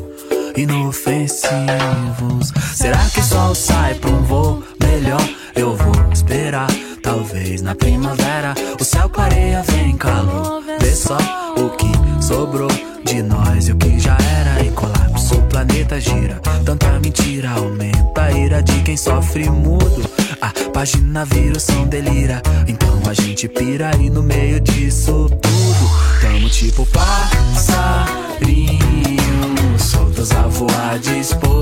inofensivos. Será que o sol sai pra um voo melhor? Eu vou esperar, talvez na primavera o céu clareia, vem calor. Vê só o que sobrou de nós e o que já era, e colapso, o planeta gira. Tanta mentira aumenta a ira de quem sofre mudo. A página vira, o som delira, então a gente pira e no meio disso tudo tamo tipo passarinho, soltos a voar disposto.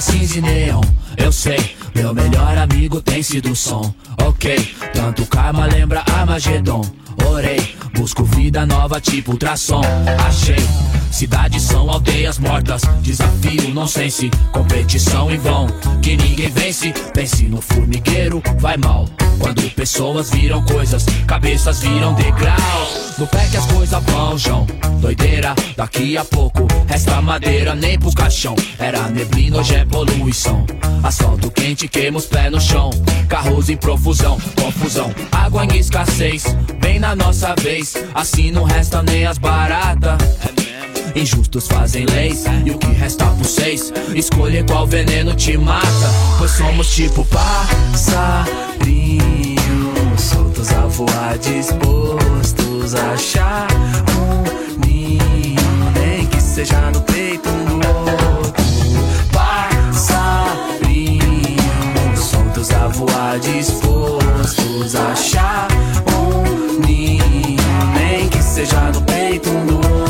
cinza e neon. Eu sei, meu melhor amigo tem sido o som. Ok, tanto karma lembra Armagedon. Orei, busco vida nova tipo ultrassom. Achei, cidades são aldeias mortas. Desafio, nonsense, competição em vão. Que ninguém vence, pense no formigueiro, vai mal. Quando pessoas viram coisas, cabeças viram degraus. No pé que as coisas vão, João. Doideira, daqui a pouco resta madeira nem pro caixão. Era neblina, hoje é poluição. Asfalto quente, queima os pés no chão. Carros em profusão, confusão. Água em escassez, bem na nossa vez. Assim não resta nem as baratas. Injustos fazem leis, e o que resta por seis? Escolher qual veneno te mata. Pois somos tipo passarinhos, soltos a voar, dispostos a achar um ninho, nem que seja no peito um do outro. Passarinhos, soltos a voar, dispostos a achar um ninho, nem que seja no peito um do outro.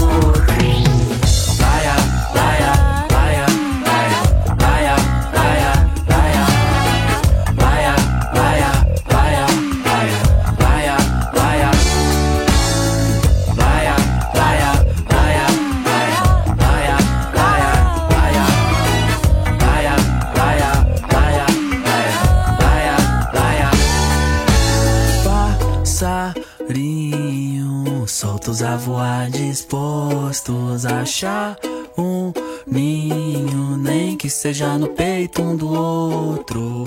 Soltos a voar, dispostos a achar um ninho, nem que seja no peito um do outro.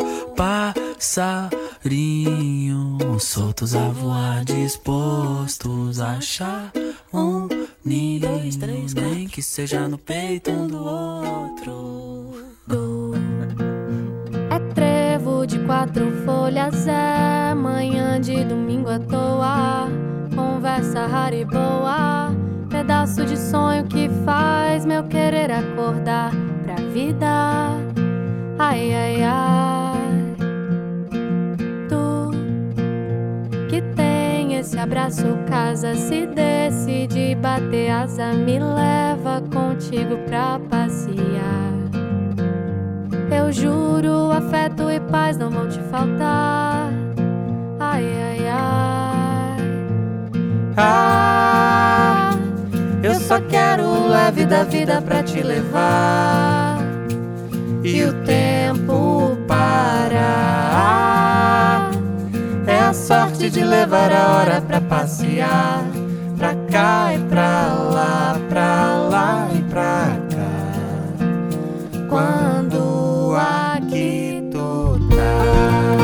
Passarinho, soltos a voar, dispostos a achar um ninho, nem que seja no peito um do outro. É trevo de 4 folhas, é manhã de domingo à toa. Conversa rara e boa, pedaço de sonho que faz meu querer acordar pra vida. Ai, ai, ai. Tu que tem esse abraço, casa, se decide bater asa, me leva contigo pra passear. Eu juro, afeto e paz não vão te faltar. Ai, ai, ai. Ah, eu só quero o leve da vida pra te levar e o tempo parar. É a sorte de levar a hora pra passear, pra cá e pra lá, pra lá e pra cá. Quando aqui tu tá.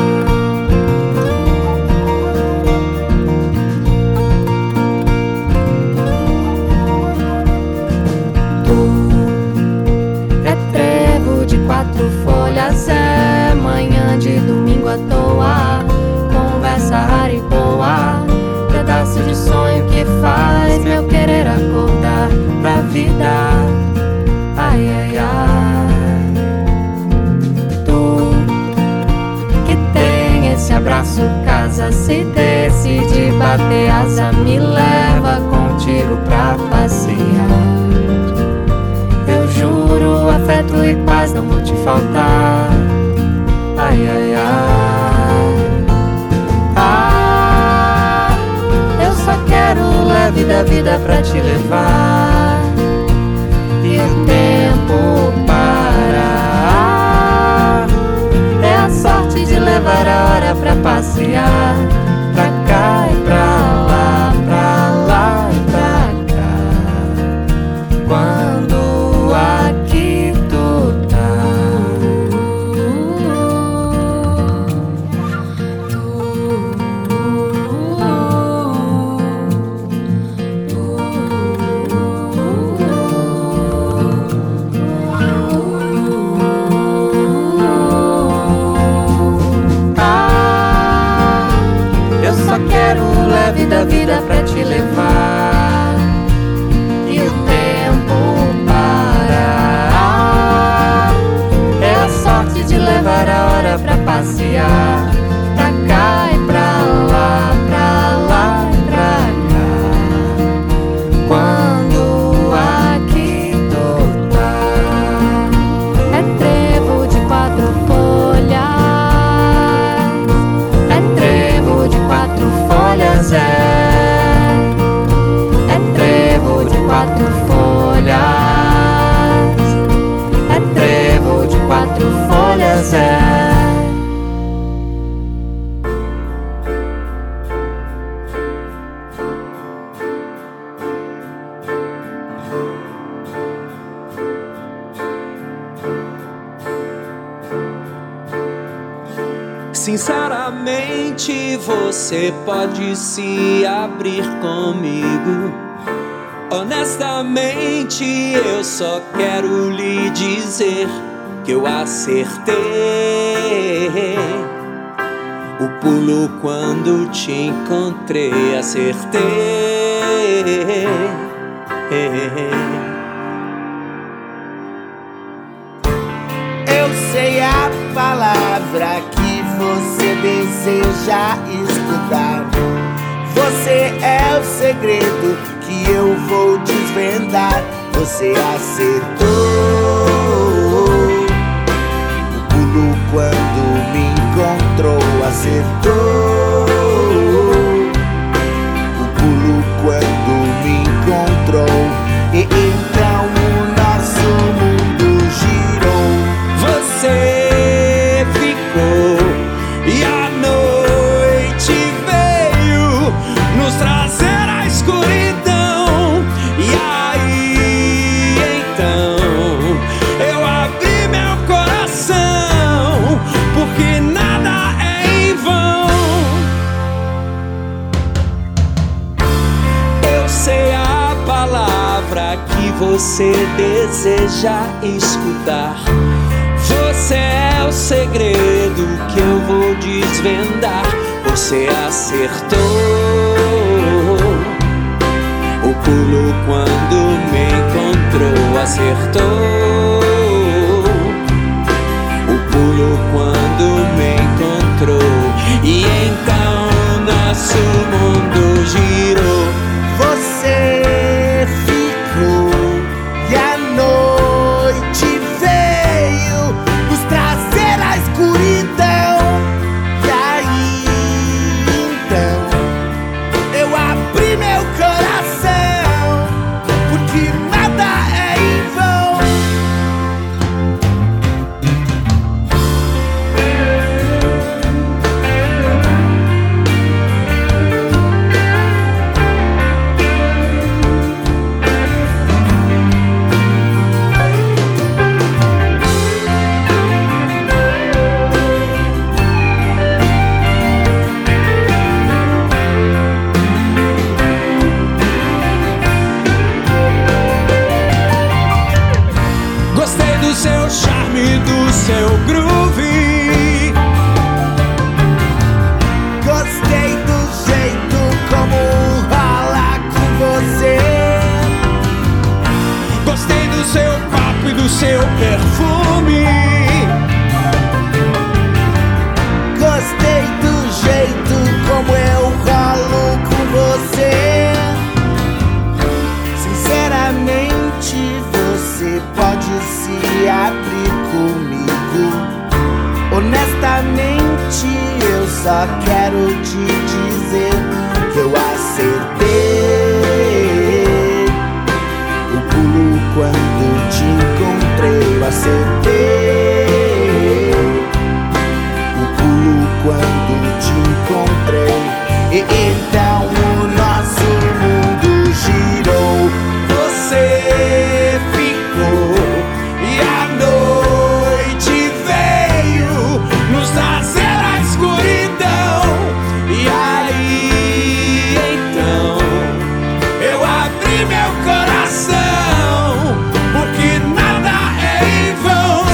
De 4 folhas, é manhã de domingo à toa. Conversa rara e boa, pedaço de sonho que faz meu querer acordar pra vida. Ai, ai, ai. Tu que tem esse abraço, casa, se decide bater asa, me leva contigo pra passear. Eu juro, afeto e paz não vão te faltar. Ai, ai, ai. Ah, eu só quero o leve da vida pra te levar e o tempo parar. É a sorte de levar a hora pra passear, pra cá e pra lá, pra lá e pra cá. Quando aqui tu tá. 4 folhas, é trevo de 4 folhas, é. Sinceramente, você pode se abrir comigo. Honestamente, eu só quero lhe dizer que eu acertei o pulo quando te encontrei. Acertei. Eu sei a palavra que você deseja escutar. Você é o segredo que eu vou desvendar. Você acertou o pulo quando me encontrou. Acertou o pulo quando me encontrou. E então o nosso mundo girou. Você ficou e a noite veio nos trazer a escuridão. E aí então eu abri meu coração, porque nada é em vão. Eu sei a palavra que você deseja escutar. Você é o segredo que eu vou desvendar. Você acertou o pulo quando me encontrou. Acertou o pulo quando me encontrou. E então nosso mundo girou. Você ficou e a noite veio nos trazer a escuridão. E aí então eu abri meu coração, porque nada é em vão. Gostei do seu charme, do seu groove. Gostei do jeito como rola com você. Gostei do seu papo e do seu perfume. Gostei do jeito como eu rolo com você. Sinceramente, você pode se abrir comigo. Honestamente, eu só quero te dizer que eu acertei o pulo quando te encontrei. Eu acertei o pulo quando te encontrei. E então o nosso mundo girou. Você ficou e a noite veio nos trazer a escuridão. E aí então eu abri meu coração, porque nada é em vão.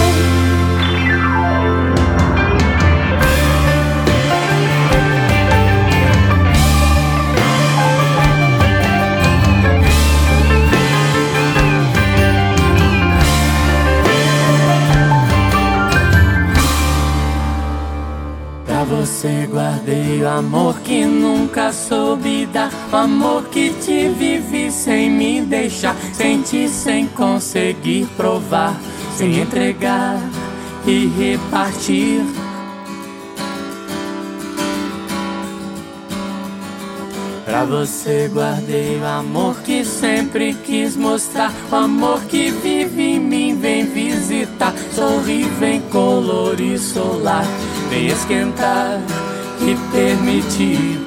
Pra você guardei o amor que nunca soube dar, o amor que te vivi sem me deixar, senti sem conseguir provar, sem entregar e repartir. Pra você guardei o amor que sempre quis mostrar, o amor que vive em mim, vem visitar, sorri, vem colorir solar, vem esquentar e permitir.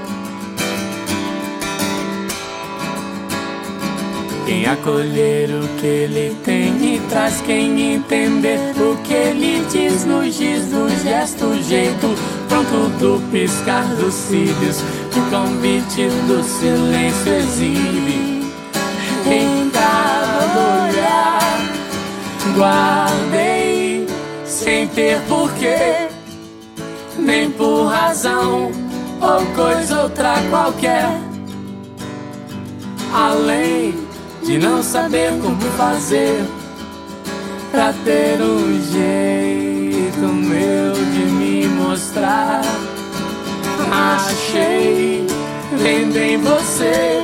Quem acolher o que ele tem e traz, quem entender o que ele diz, no giz do gesto, jeito pronto do piscar dos cílios, o convite do silêncio exibe. Em cada olhar guardei, sem ter porquê, nem por razão ou coisa outra qualquer, além de não saber como fazer pra ter um jeito meu de me mostrar. Achei vendo em você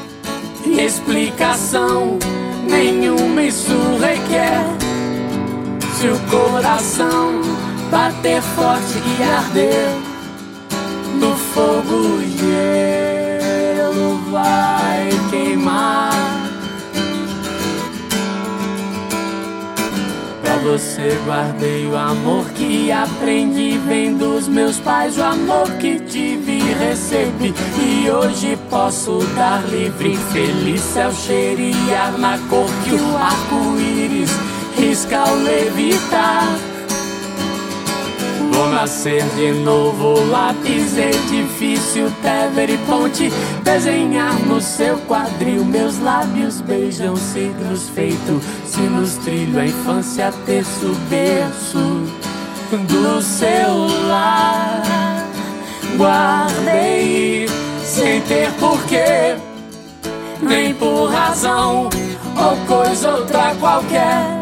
explicação nenhuma, isso requer. Se o coração bater forte e arder, no fogo o gelo vai queimar. Pra você guardei o amor que aprendi, vem dos meus pais, o amor que tive e recebi, e hoje posso dar livre. Feliz céu cheirar na cor que o arco-íris risca ao levitar. Vou nascer de novo, lápis, edifício, Tever e ponte, desenhar no seu quadril. Meus lábios beijam signos feito sinos, trilho a infância, terço, berço do seu lar. Guardei sem ter porquê, nem por razão ou coisa outra qualquer,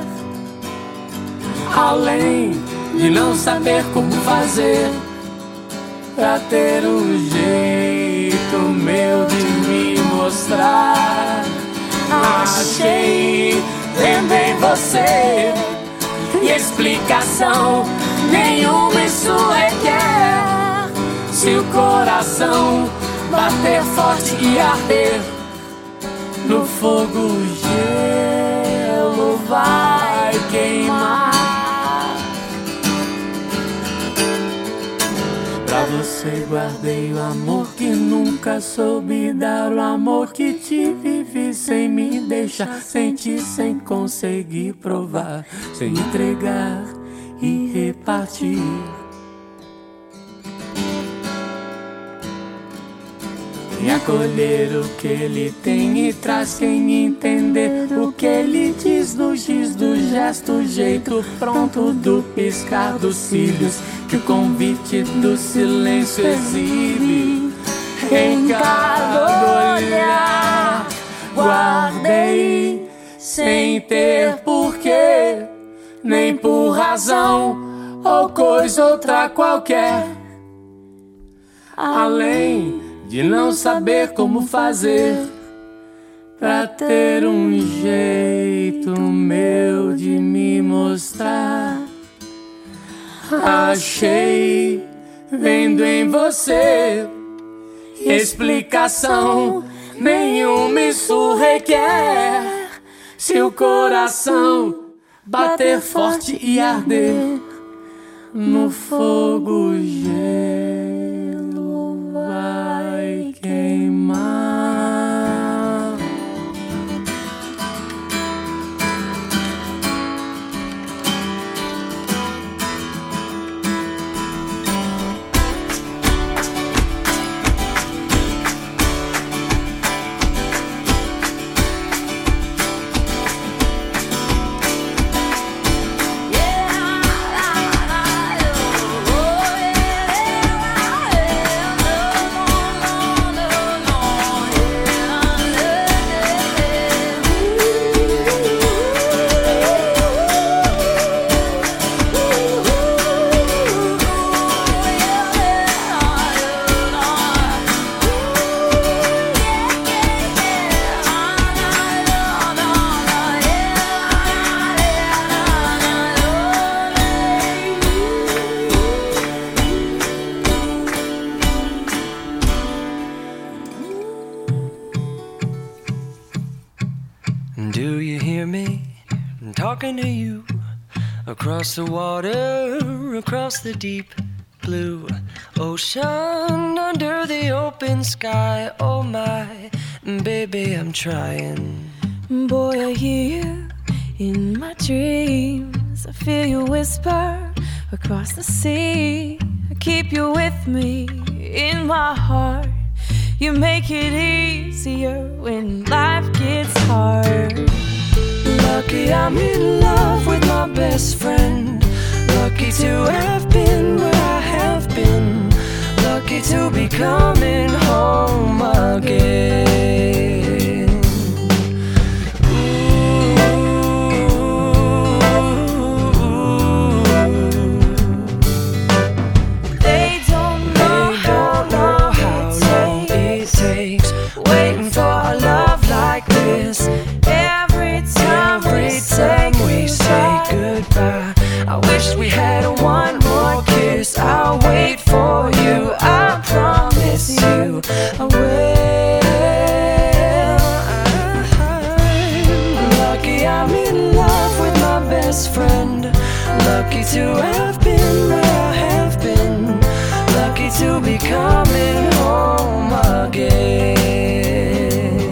além de não saber como fazer pra ter um jeito meu de me mostrar. Achei vendo em você explicação nenhuma, isso requer. Se o coração bater forte e arder, no fogo o gelo vai queimar. Pra você guardei o amor que nunca soube dar, o amor que te vivi sem me deixar sentir, sem conseguir provar, sem entregar e repartir. Quem acolher o que ele tem e traz, quem entender o que ele diz, no giz do gesto, jeito pronto do piscar dos cílios, que o convite do silêncio exibe. Em cada olhar guardei sem ter porquê, nem por razão ou coisa outra qualquer, além de não saber como fazer pra ter um jeito meu de me mostrar. Achei vendo em você explicação nenhuma, isso requer. Se o coração bater forte e arder, no fogo o gelo vai queimar. Do you hear me? I'm talking to you. Across the water, across the deep blue ocean, under the open sky. Oh my, baby, I'm trying. Boy, I hear you in my dreams. I feel you whisper across the sea. I keep you with me in my heart. You make it easier when life gets hard. Lucky I'm in love with my best friend. Lucky to have been where I have been. Lucky to be coming home again. They don't know how long it takes waiting for a love like this. Every time we say goodbye, I wish we had one more kiss. I'll wait for you, I promise you I will. Lucky I'm in love with my best friend. Lucky to have been where I have been. Lucky to be coming home again.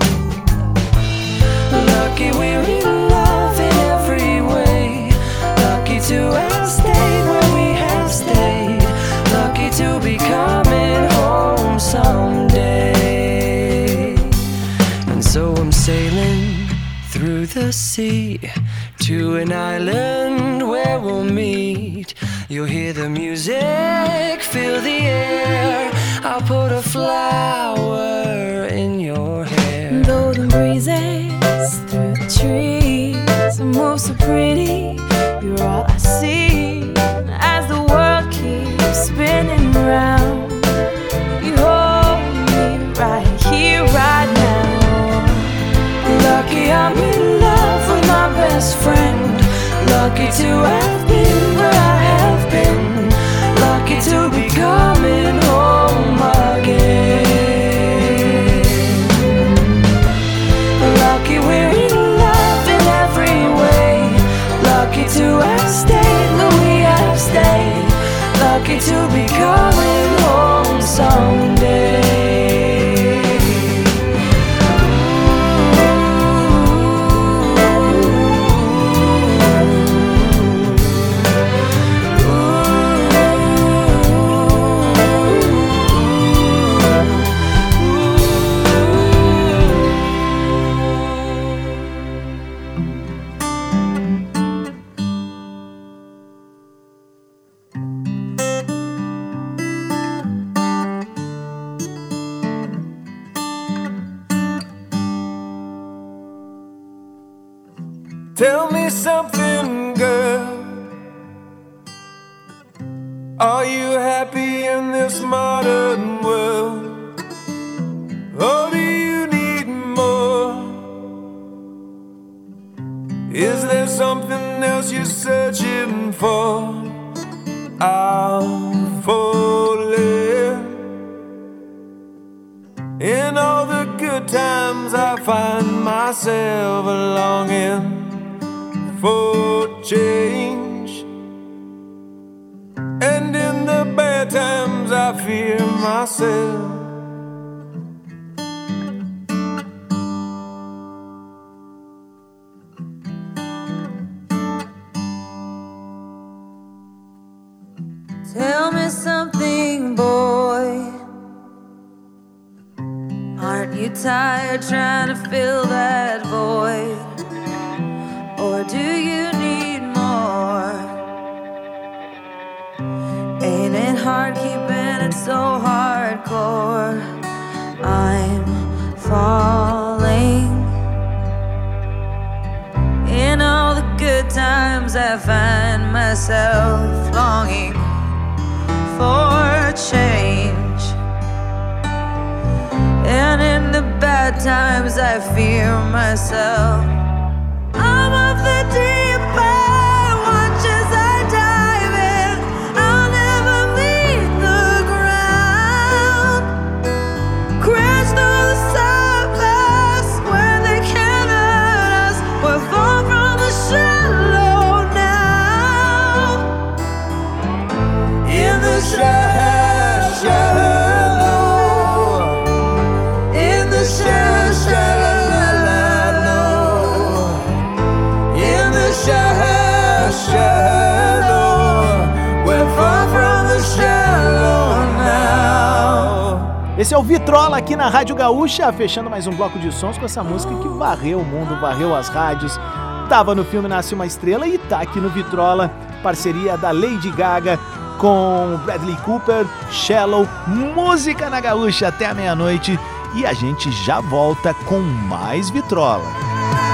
Lucky we're in love in every way. Lucky to have stayed where we have stayed. Lucky to be coming home someday. And so I'm sailing through the sea to an island where we'll meet. You'll hear the music, feel the air. I'll put a flower in your hair. golden breezes through the trees move so pretty. You're all I see as the world keeps spinning round. You hold me right here, right now. Lucky I'm in love with my best friend. Lucky to have been where I have been. Lucky to be coming home again. Lucky we're in love in every way. Lucky to have stayed where we have stayed. Lucky to be coming home someday. Tell me something, girl. Are you happy in this modern world? Or do you need more? Is there something else you're searching for? I'm falling. In all the good times I find myself longing for change, and in the bad times I fear myself. Tell me something, boy. Aren't you tired trying to fill that void? Or do you need more? Ain't it hard keeping it so hardcore? I'm falling. In all the good times I find myself longing for change, and in the bad times I fear myself. I'm of the deep end, watch as I dive in. I'll never meet the ground. Crash through the surface where they cannot Esse é o Vitrola aqui na Rádio Gaúcha, fechando mais um bloco de sons com essa música que varreu o mundo, varreu as rádios. Tava no filme Nasce Uma Estrela e tá aqui no Vitrola, parceria da Lady Gaga com Bradley Cooper, Shallow, música na Gaúcha até a meia-noite. E a gente já volta com mais Vitrola.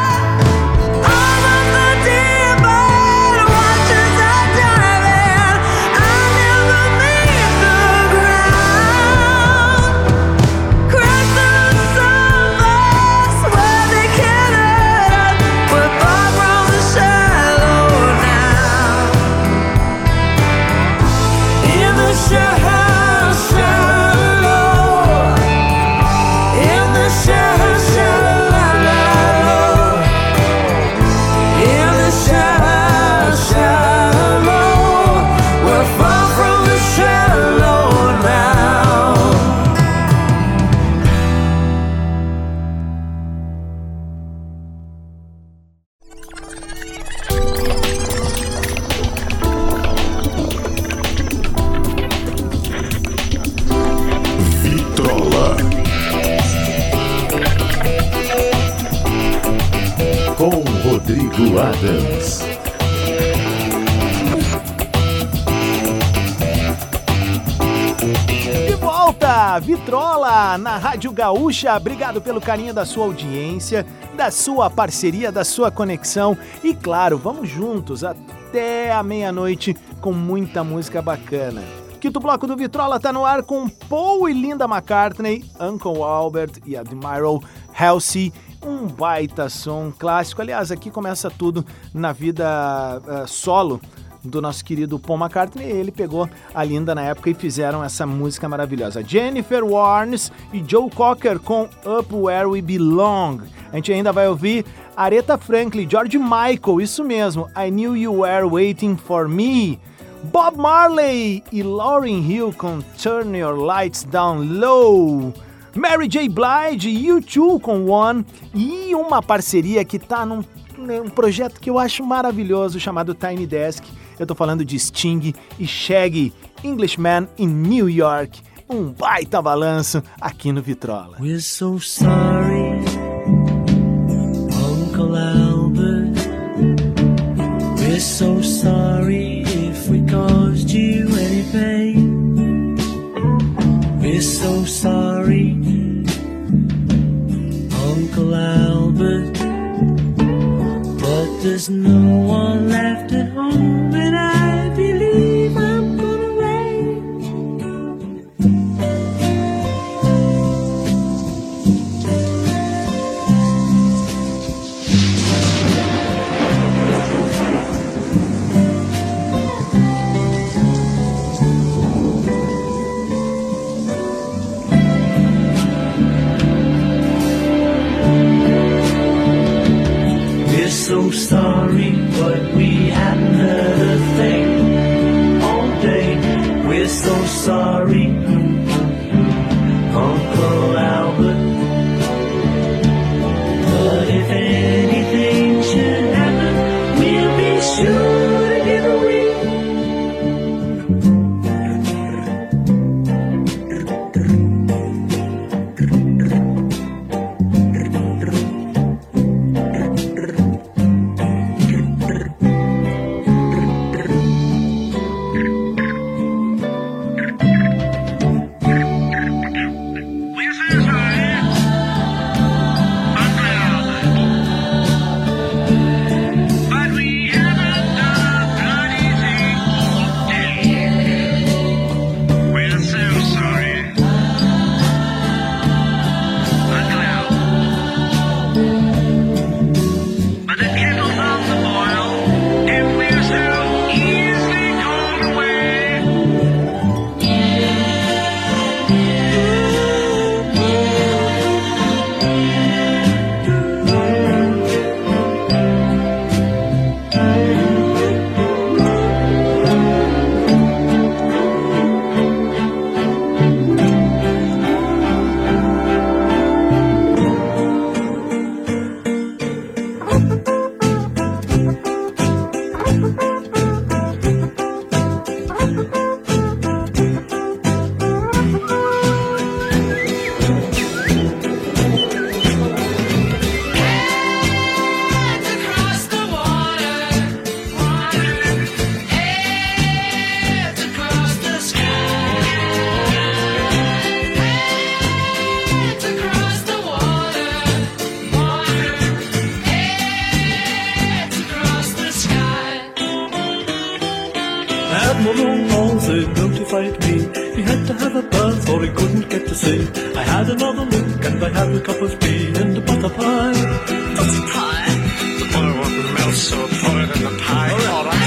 Rodrigo Adams. De volta, Vitrola, na Rádio Gaúcha. Obrigado pelo carinho da sua audiência, da sua parceria, da sua conexão. E claro, vamos juntos até a meia-noite com muita música bacana. Quinto bloco do Vitrola tá no ar com Paul e Linda McCartney, Uncle Albert e Admiral Halsey. Um baita som clássico. Aliás, aqui começa tudo na vida solo do nosso querido Paul McCartney. Ele pegou a Linda na época e fizeram essa música maravilhosa. Jennifer Warnes e Joe Cocker com Up Where We Belong. A gente ainda vai ouvir Aretha Franklin, George Michael, isso mesmo, I Knew You Were Waiting For Me. Bob Marley e Lauryn Hill com Turn Your Lights Down Low. Mary J. Blige e U2 com One. E uma parceria que tá num projeto que eu acho maravilhoso chamado Tiny Desk. Eu tô falando de Sting e Shaggy, Englishman in New York. Um baita balanço aqui no Vitrola. We're so sorry, Uncle Albert. We're so sorry if we caused you any pain. We're so sorry, Uncle Albert. But there's no one left at home, and I believe I'm gonna wait. We're so sorry, but we haven't heard a thing all day. We're so sorry, Uncle Albert. But if anything should happen, we'll be sure to give a ring. fight me. He had to have a bath or he couldn't get to sleep. I had another look and I had a cup of tea and a butter pie. Butter pie? The butter wouldn't melt, so put it in the pie. All right.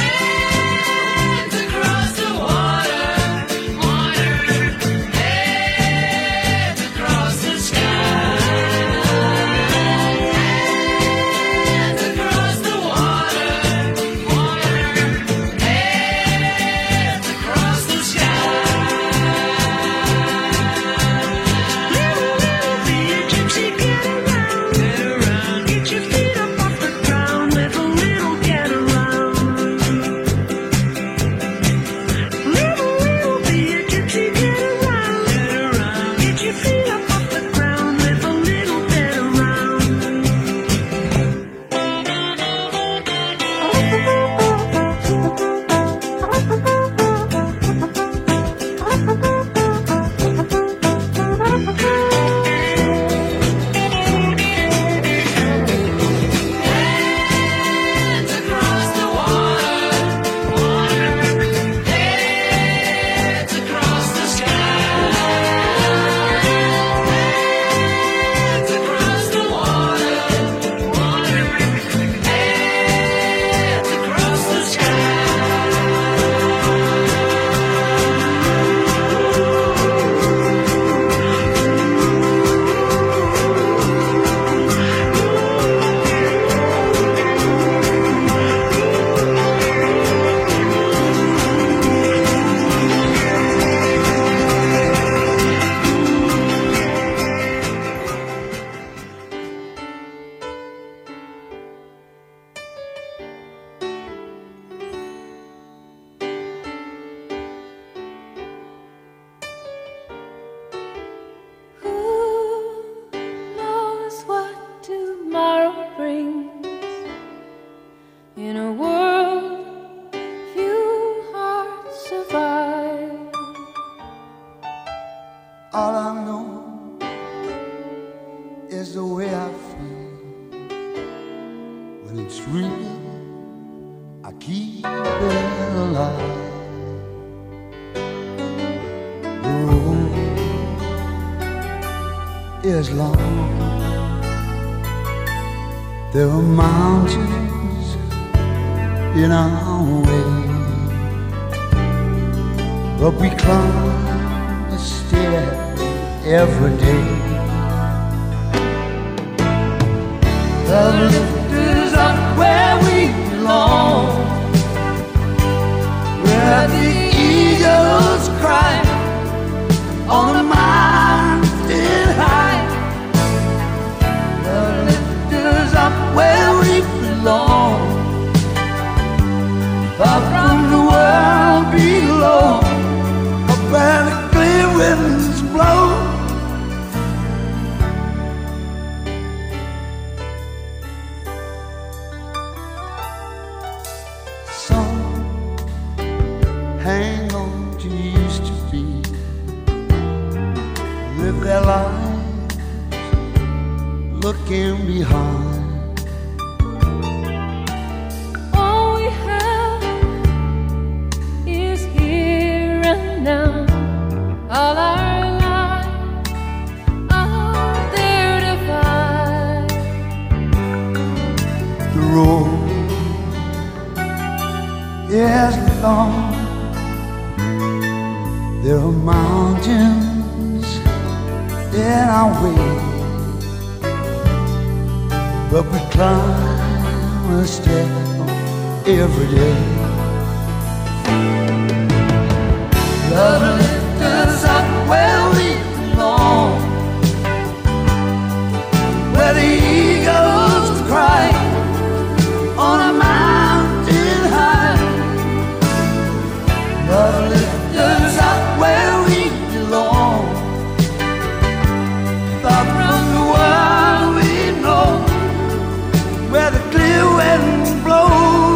All I know is the way I feel. When it's real, I keep it alive. The road is long. There are mountains in our way, but we climb a stair every day. The lift is up where we belong, where the eagles cry on the mountain high. The lift is up where we belong, far from the world below, up where the clear winds blow. Hang on to used to be, live their lives looking behind. All we have is here and now. All our lives are there to find. The road is long. There are mountains in our way, but we climb a step every day. Love lifts us up where we belong, where the eagles cry on a mountain high. Love lifts us up where we belong, far from the world we know, where the clear winds blow.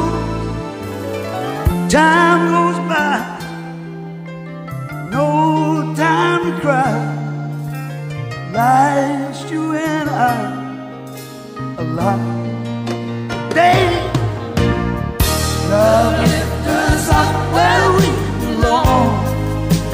Time goes by, no time to cry. Life's you and I alive. Day, love lifts us up where we belong,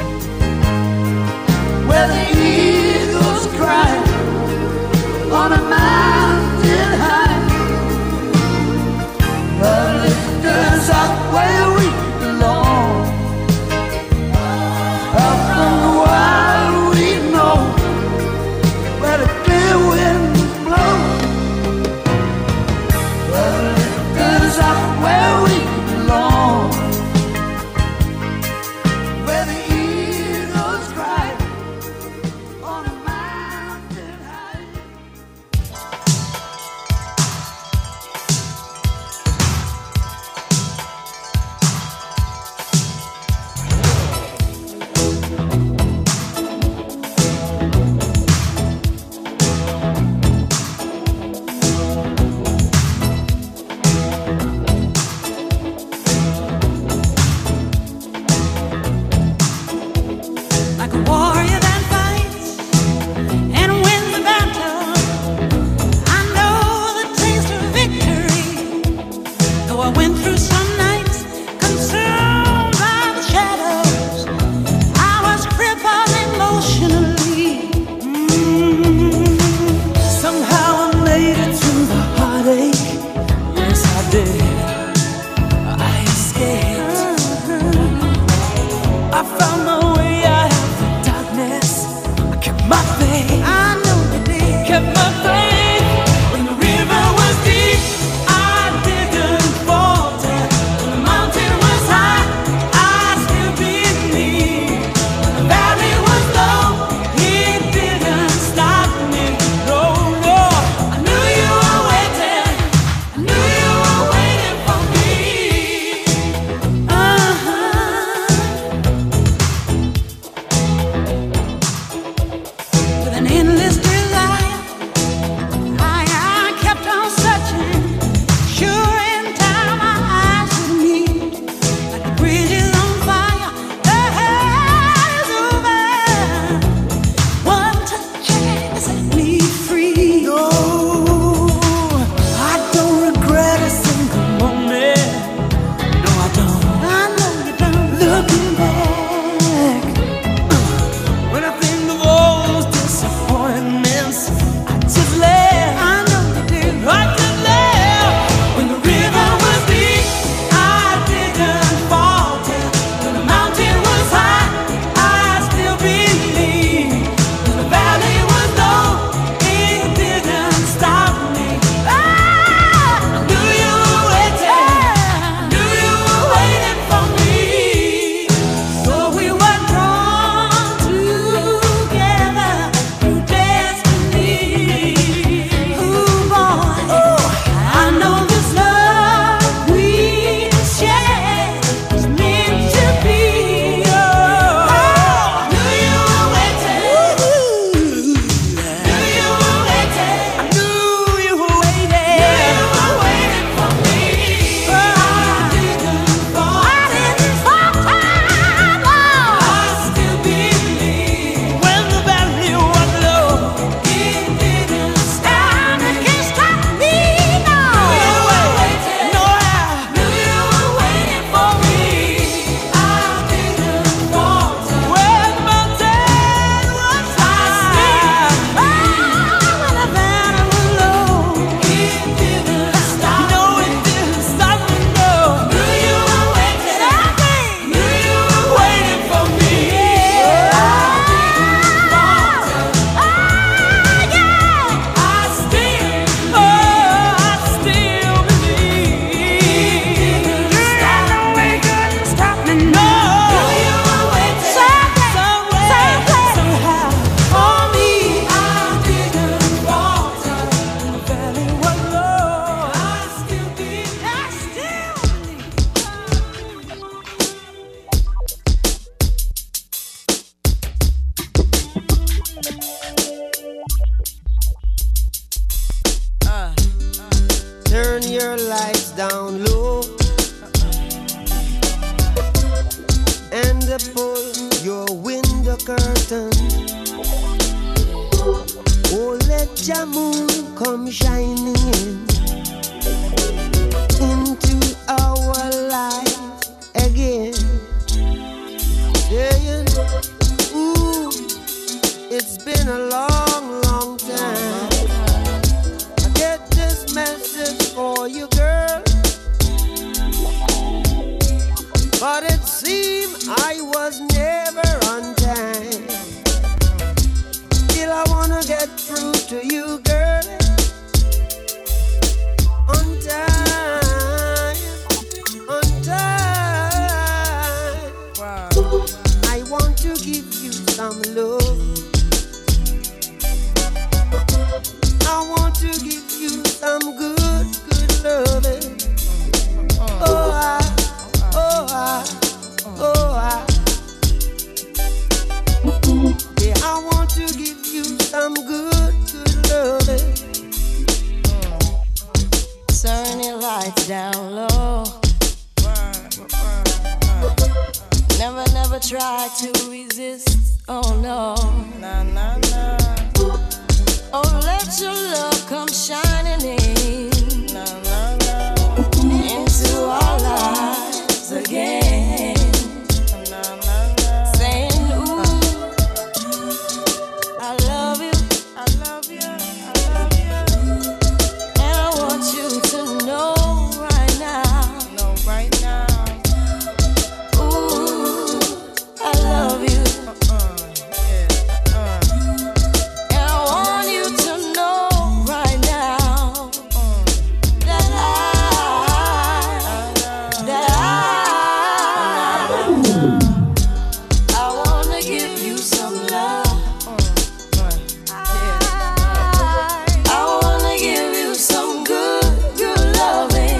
lights down low and pull your window curtain. Oh, let your moon come shining into our life again. Saying, ooh, it's been a long, long time. I get this message for you, girl, but it seemed I was never on time. Still I wanna get through to you, girl, on time, on time. Wow. I want to give you some love. I want to give you some good, good loving. Oh, yeah, I want to give you some good, good loving. Turn your lights down low. Never, never try to resist. Oh no. Nah, nah, nah. Oh, let your love come shining in. Nah, nah, nah. Into our lives again. Nah, nah, nah. Saying, ooh, I love you. I love you. I love you. And I want you to know right now. Know right now. Ooh, I love you. And I want you to know right now that I want to give you some love. I want to give you some good, good loving.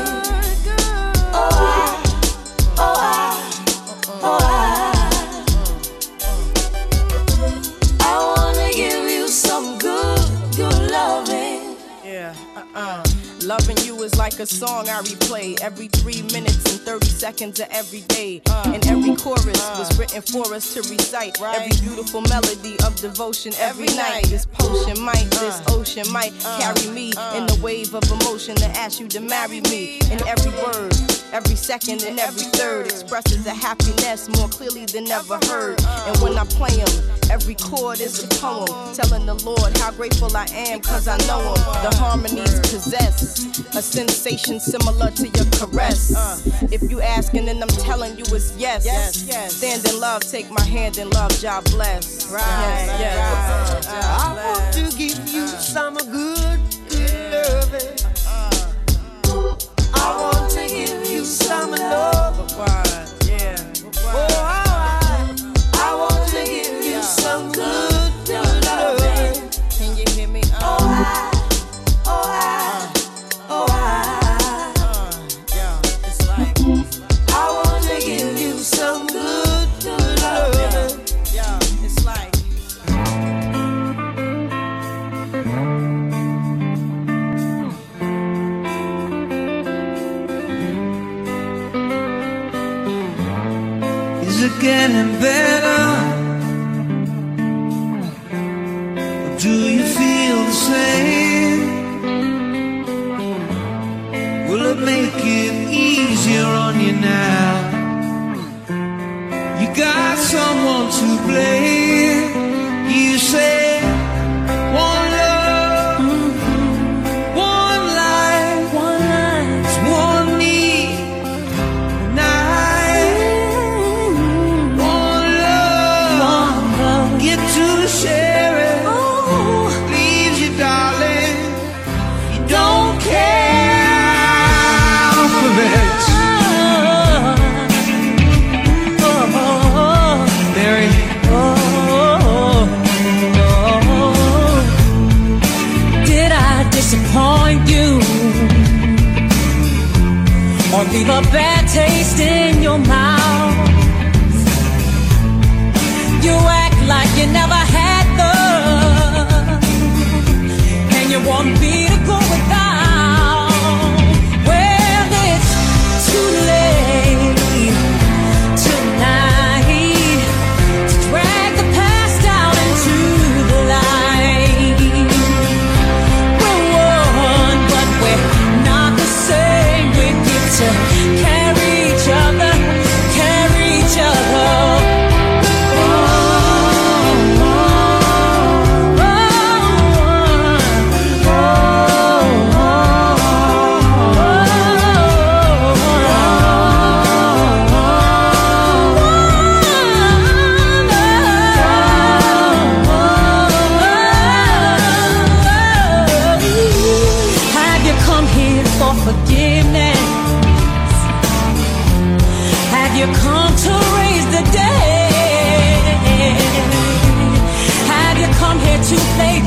I want to give you some good, good loving. Yeah, Loving you is like a song I replay every 3 minutes and 30 seconds of every day. And every chorus was written for us to recite. Every beautiful melody of devotion every night. This potion might, this ocean might carry me in the wave of emotion to ask you to marry me. And every word, every second and every third expresses a happiness more clearly than ever heard. And when I play them, every chord is a poem telling the Lord how grateful I am cause I know him. The harmonies possess a sensation similar to your caress. If you asking then I'm telling you it's yes. Stand in love, take my hand in love, God bless. Yes. I want to give you some good, good loving. I want to give you some love. I want to give you some good, good loving. Can you hear me? I want to give you some good, good loving. It's like Is it getting better? Or do you feel the same? Will it make it easier on you now? You got someone to blame. You say one love, one life, one need, night. One love, get to share it. Leaves you, darling. You don't care. Alphabet. Mary. Did I disappoint you or leave a bad taste in your mouth? You act like you never had love, and you want me to go without. Well, happiness? Have you come to raise the dead? Have you come here to play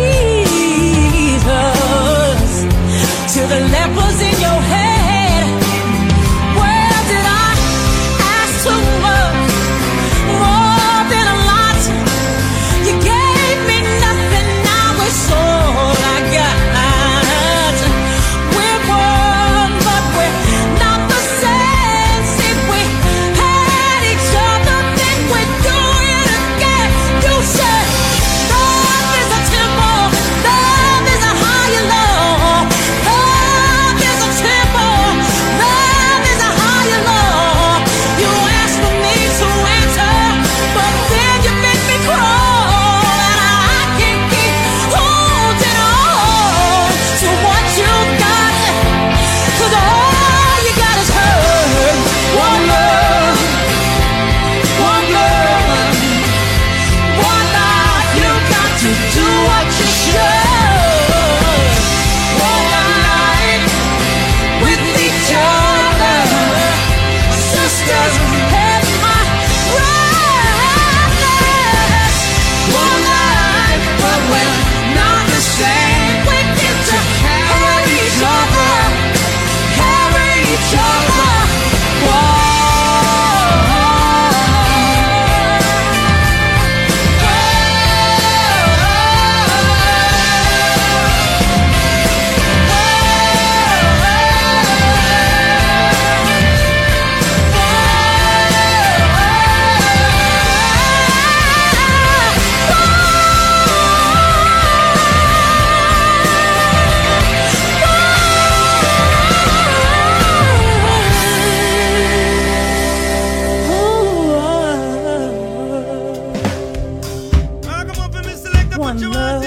Jesus to the lepers in your head? Well, did I ask too much? More than a lot. You gave me nothing, now it's all I got. We're one, but we're not the same. See, we had each other, then we'd do it again. You said love is a temple, love is a higher law. Love is a temple, love is a higher law. You asked for me to enter, but then you make me crawl, and I can't keep holding on to what you got, 'cause all you got is hurt. One love, one love, one life. You got to do what you should. One life with each other, sisters and my brothers. One life, but we're not the same. We get to carry each other, carry each other. One love,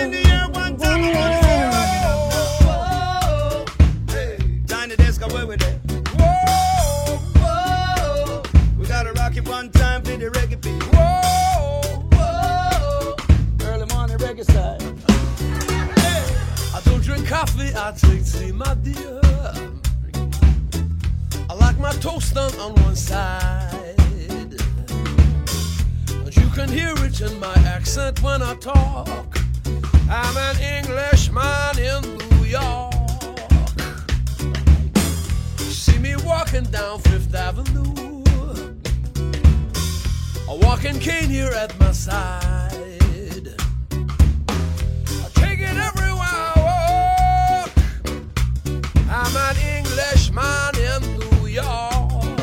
Tiny desk, away with it. Whoa, whoa. We gotta rock it one time for the reggae beat. Whoa, whoa. Early morning reggae style. Hey. I don't drink coffee, I take tea, my dear. I like my toast done on one side. But you can hear it in my accent when I talk. I'm an Englishman in New York. See me walking down Fifth Avenue, a walking cane here at my side. I take it everywhere I walk. I'm an Englishman in New York.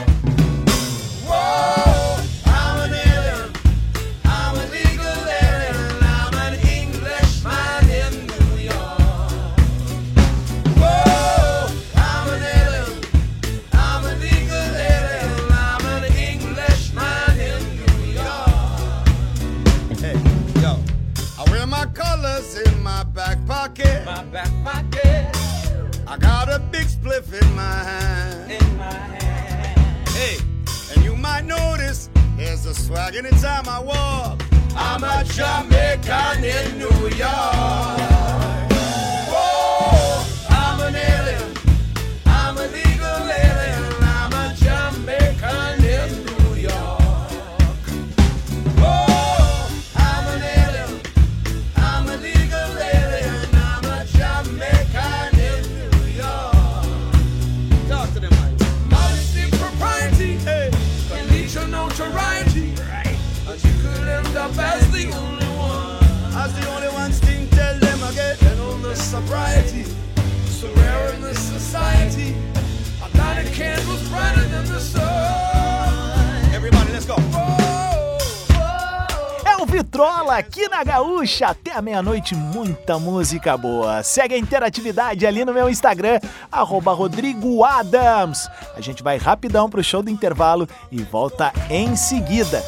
Whoa, I'm an alien, I'm a legal alien, I'm an Englishman in New York. Whoa, I'm an alien, I'm a legal alien, I'm an Englishman in New York. Hey, yo, I wear my colors in my back pocket. My back pocket, I got a big spliff in my hand. Hey, and you might notice there's a swag anytime I walk. I'm a Jamaican in New York. Whoa, I'm an alien, I'm a legal alien, I'm a Jamaican in New York. Whoa, I'm an alien, I'm a legal alien, I'm a Jamaican in New York. Talk to them, Mike. modesty, propriety, hey, condition, notoriety. And you could end up as the only one. As the only one sting, tell them again. And on the sobriety, so rare in this society. A lighted candle's brighter than the sun. Everybody, let's go. É o Vitrola aqui na Gaúcha, até a meia-noite, muita música boa. Segue a interatividade ali no meu Instagram, @RodrigoAdams. A gente vai rapidão pro show do intervalo e volta em seguida.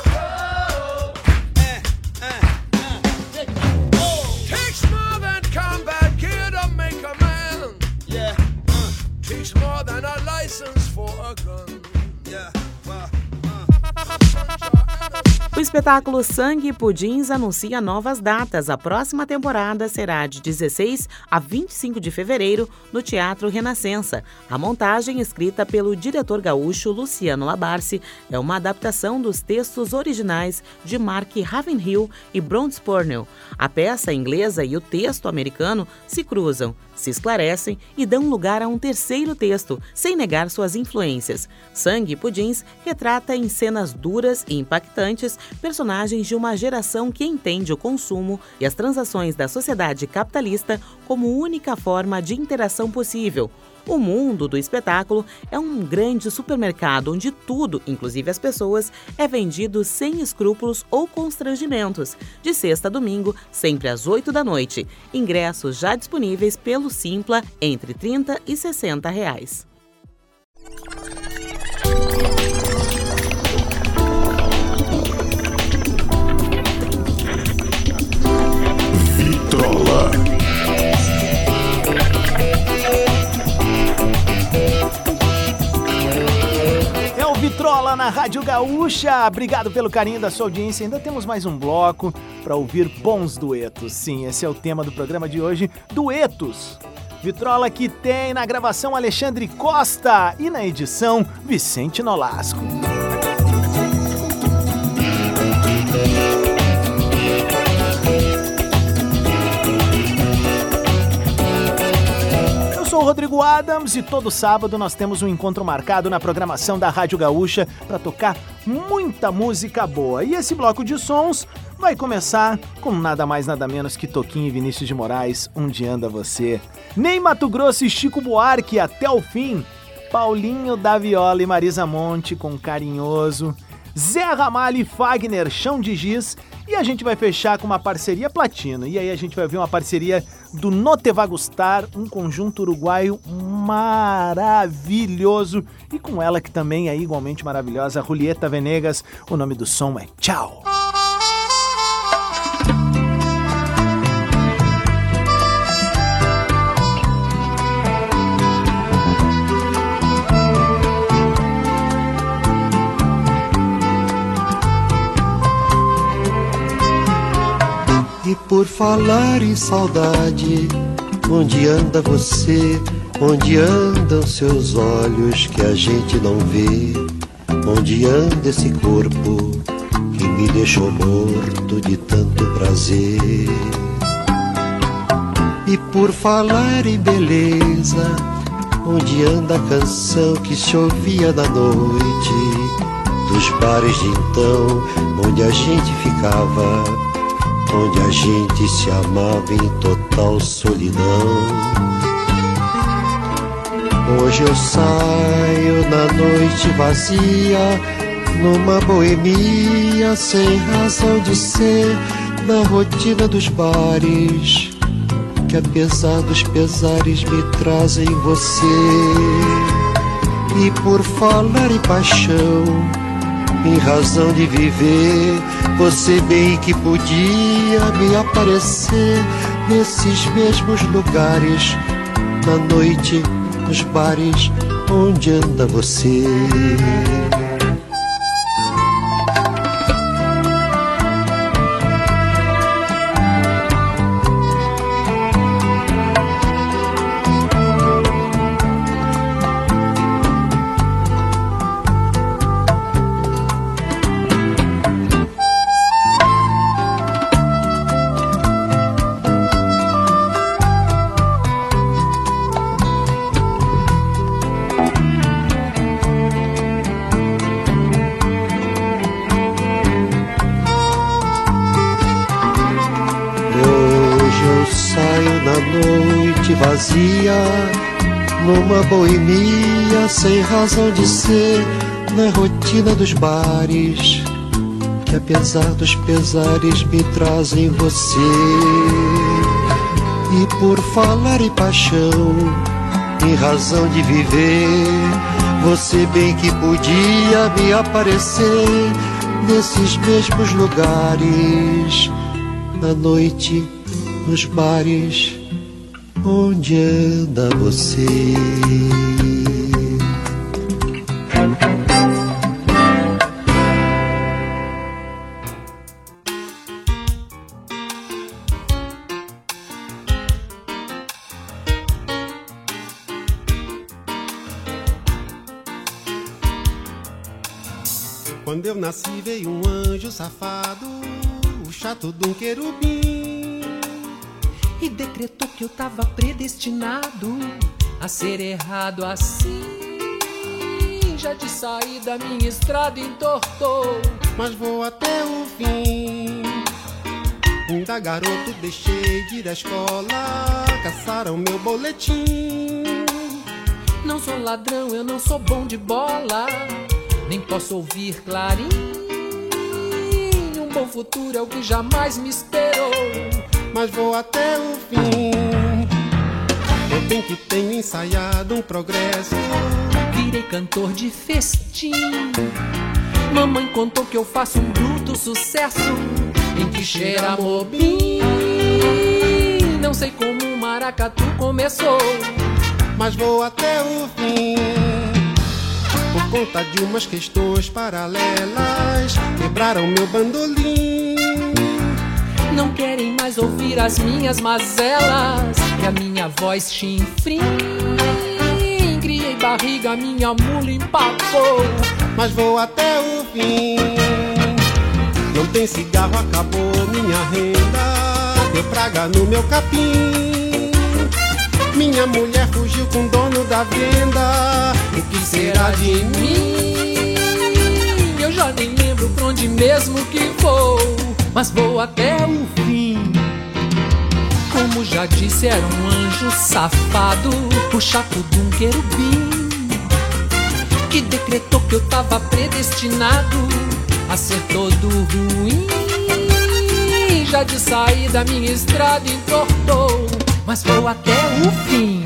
Takes more than combat gear to make a man. Yeah. Takes more than a license for a gun. Yeah. Well, O espetáculo Sangue e Pudins anuncia novas datas. A próxima temporada será de 16 a 25 de fevereiro no Teatro Renascença. A montagem, escrita pelo diretor gaúcho Luciano Labarce, é uma adaptação dos textos originais de Mark Ravenhill e Bront Spurnell. A peça inglesa e o texto americano se cruzam, se esclarecem e dão lugar a um terceiro texto, sem negar suas influências. Sangue e Pudins retrata em cenas duras e impactantes personagens de uma geração que entende o consumo e as transações da sociedade capitalista como única forma de interação possível. O mundo do espetáculo é um grande supermercado onde tudo, inclusive as pessoas, é vendido sem escrúpulos ou constrangimentos. De sexta a domingo, sempre às 8 da noite. Ingressos já disponíveis pelo Simpla entre R$30 e R$60. Vitrola. É o Vitrola na Rádio Gaúcha. Obrigado pelo carinho da sua audiência. Ainda temos mais um bloco para ouvir bons duetos. Sim, esse é o tema do programa de hoje, duetos. Vitrola que tem na gravação Alexandre Costa e na edição Vicente Nolasco. Eu sou o Rodrigo Adams e todo sábado nós temos um encontro marcado na programação da Rádio Gaúcha para tocar muita música boa. E esse bloco de sons vai começar com nada mais nada menos que Toquinho e Vinícius de Moraes, Onde Anda Você? Ney Matogrosso e Chico Buarque, Até o Fim. Paulinho da Viola e Marisa Monte com Carinhoso. Zé Ramalho e Fagner, Chão de Giz. E a gente vai fechar com uma parceria platina. E aí a gente vai ver uma parceria do No Te Va Gustar, um conjunto uruguaio maravilhoso. E com ela que também é igualmente maravilhosa, Julieta Venegas. O nome do som é Tchau. E por falar em saudade, onde anda você? Onde andam seus olhos que a gente não vê? Onde anda esse corpo que me deixou morto de tanto prazer? E por falar em beleza, onde anda a canção que se ouvia na noite? Dos bares de então, onde a gente ficava, onde a gente se amava em total solidão. Hoje eu saio na noite vazia, numa boemia sem razão de ser, na rotina dos bares, que apesar dos pesares me trazem você. E por falar em paixão, em razão de viver, você bem que podia me aparecer nesses mesmos lugares, na noite, nos bares, onde anda você? Vazia, numa boemia sem razão de ser, na rotina dos bares, que apesar dos pesares me trazem você. E por falar em paixão, em razão de viver, você bem que podia me aparecer nesses mesmos lugares, na noite, nos bares, onde anda você? Quando eu nasci veio um anjo safado, o chato de um querubim, e decretou que eu tava predestinado a ser errado assim. Já de saída minha estrada entortou, mas vou até o fim. Ainda garoto deixei de ir à escola, caçaram meu boletim. Não sou ladrão, eu não sou bom de bola, nem posso ouvir clarim. Um bom futuro é o que jamais me esperou, mas vou até o fim. Eu bem que tenho ensaiado um progresso, virei cantor de festim. Mamãe contou que eu faço um bruto sucesso em que cheira mobim. Não sei como o maracatu começou, mas vou até o fim. Por conta de umas questões paralelas, quebraram meu bandolim. Não querem mais ouvir as minhas mazelas e a minha voz chinfrim. Criei barriga, minha mula empacou, mas vou até o fim. Não tem cigarro, acabou minha renda, deu praga no meu capim. Minha mulher fugiu com o dono da venda, o que será de mim? Eu já nem lembro pra onde mesmo que vou, mas vou até o fim. Como já disse, era um anjo safado, o chato de um querubim, que decretou que eu tava predestinado a ser todo ruim. Já de saída minha estrada entortou, mas vou até o fim.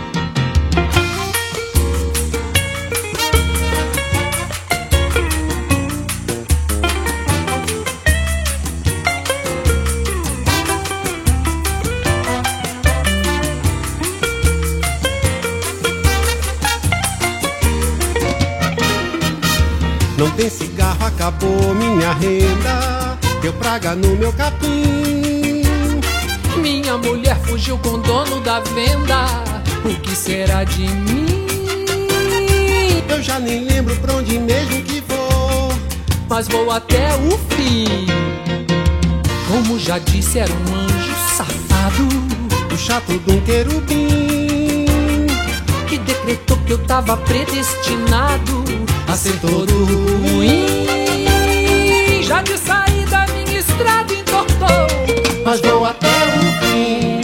Não tem cigarro, acabou minha renda, deu praga no meu capim. Minha mulher fugiu com o dono da venda, o que será de mim? Eu já nem lembro pra onde mesmo que vou, mas vou até o fim. Como já disse, era um anjo safado, o chato de um querubim, que decretou que eu tava predestinado a ser todo ruim. Já de saída minha estrada entortou, mas vou até o fim.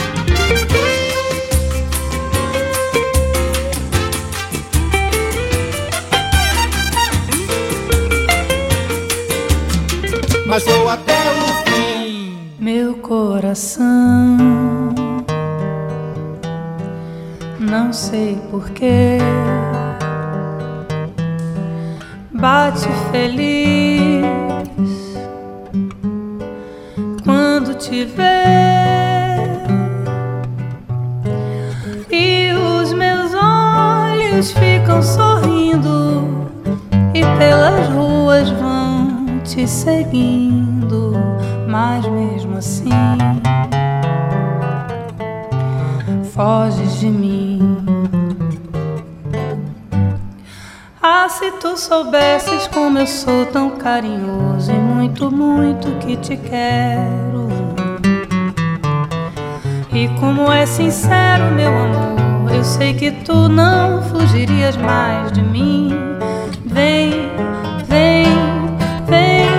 Mas vou até o fim. Meu coração, não sei porquê, bate feliz quando te vê, e os meus olhos ficam sorrindo e pelas ruas vão te seguindo, mas mesmo assim foges de mim. Ah, se tu soubesses como eu sou tão carinhoso e muito, muito que te quero, e como é sincero meu amor, eu sei que tu não fugirias mais de mim. Vem, vem, vem,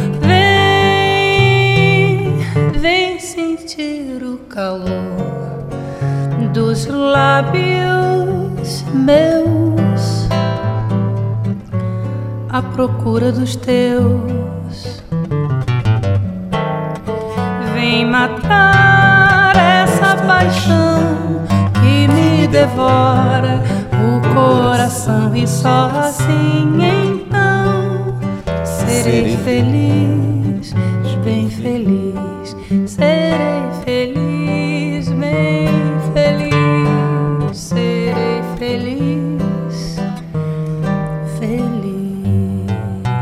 vem, vem sentir o calor dos lábios meus à procura dos teus. Vem matar essa paixão que me devora o coração, e só assim então serei feliz, bem feliz. Serei feliz, bem feliz. Serei feliz, feliz.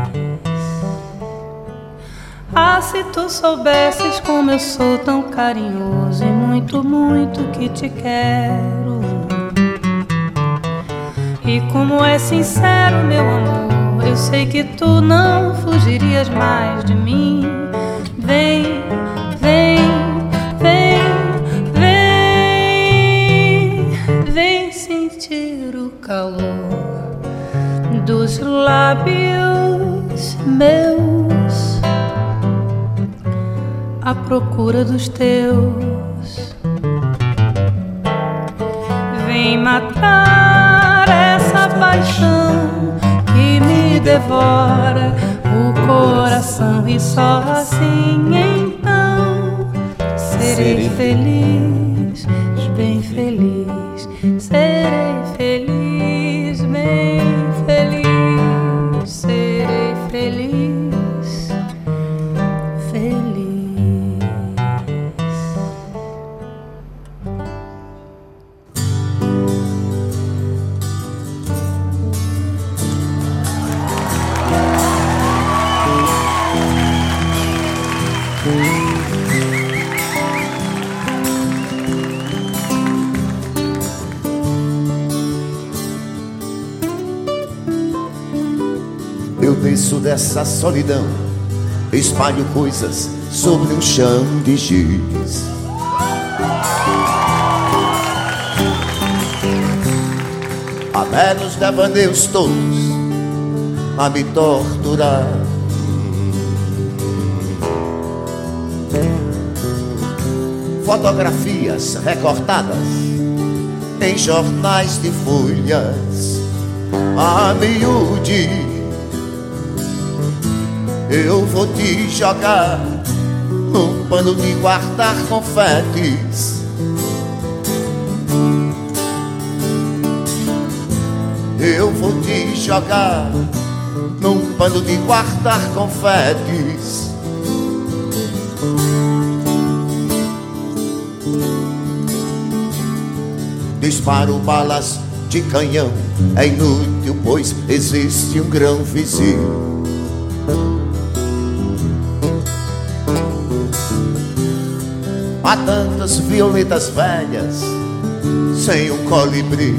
Ah, se tu soubesses como eu sou tão carinhoso e muito, muito que te quero, e como é sincero meu amor, eu sei que tu não fugirias mais de mim. Vem, vem, vem, vem, vem sentir o calor dos lábios meus à procura dos teus. Vem matar essa paixão que me devora o coração, e só assim então serei feliz, bem feliz. Serei feliz, bem feliz. Serei feliz, feliz. Eu desço dessa solidão, espalho coisas sobre um chão de giz. Há belos devaneios todos a me torturar. Fotografias recortadas em jornais de folhas a miúde. Eu vou te jogar num pano de guardar confetes. Eu vou te jogar num pano de guardar confetes. Disparo balas de canhão, é inútil, pois existe um grão vizinho. Há tantas violetas velhas sem um colibri.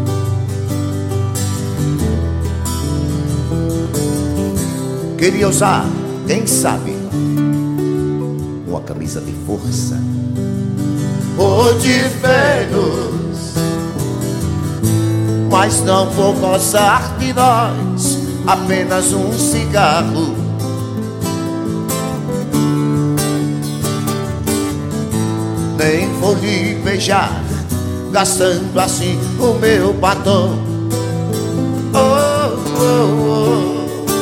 Queria usar, quem sabe, uma camisa de força ou de Vênus, mas não vou gozar de nós, apenas um cigarro. Nem vou lhe beijar, gastando assim o meu batom. Oh, oh, oh.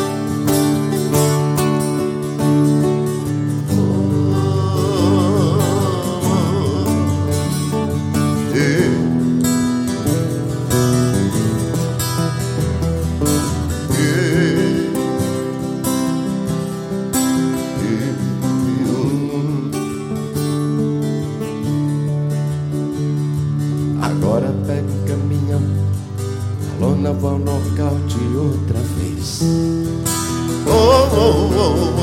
Agora pega o caminhão, a lona vai ao nocaute outra vez. Oh, oh, oh,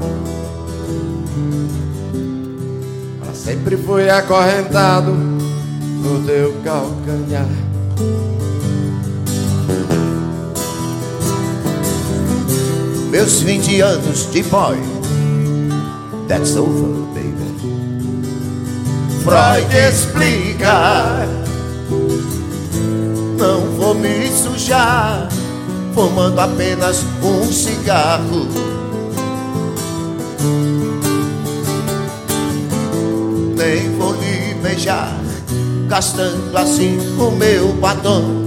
oh. Ela sempre foi acorrentado no teu calcanhar. Meus 20 anos de boy, that's over, baby. Freud explica. Não vou me sujar, fumando apenas um cigarro. Nem vou lhe beijar, gastando assim o meu batom.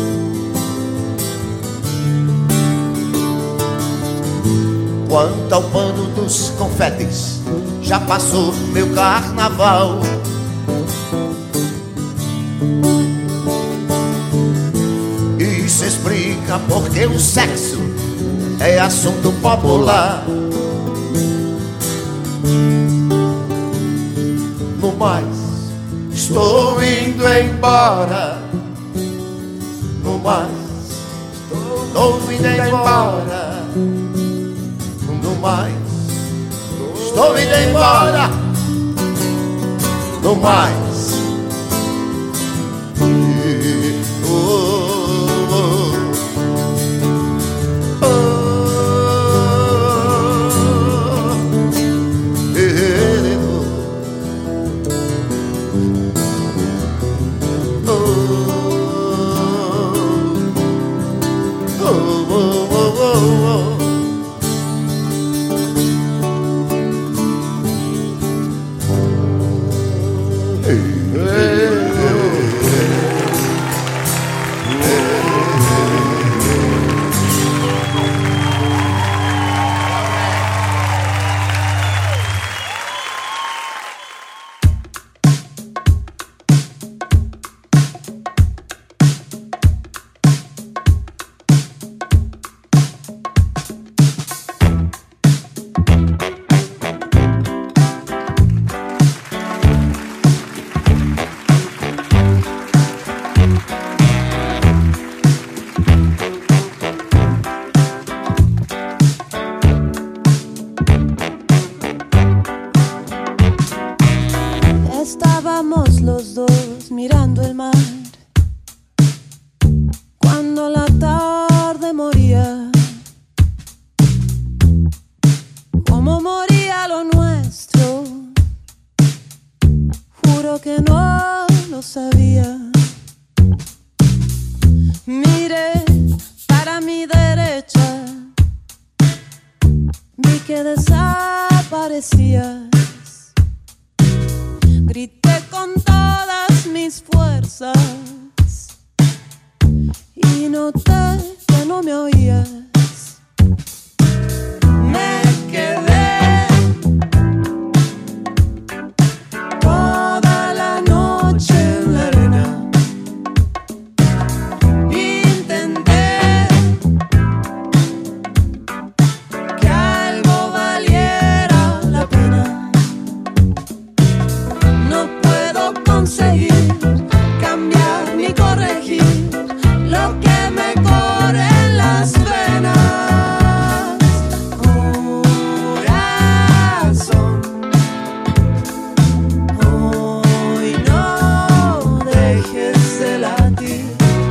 Quanto ao pano dos confetes, já passou meu carnaval. Isso explica porque o sexo é assunto popular. No mais, estou indo embora. No mais, estou indo embora. No mais, estou indo embora. No mais. Oh, oh, oh. que desaparecías. Grité con todas mis fuerzas y noté que no me oías. Me quedé toda la noche en la arena. Intenté que algo valiera la pena. No puedo conseguir cambiar ni corregir lo que me corre en las venas. Corazón, hoy no dejes de latir.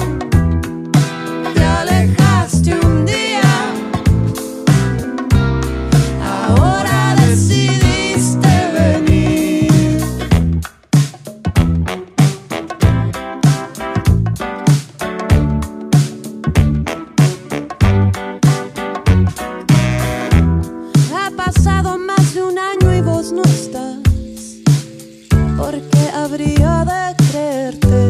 Te alejaste un día, ahora decidiste venir. Ha pasado más de un año y vos no estás. ¿Por qué habría de creerte?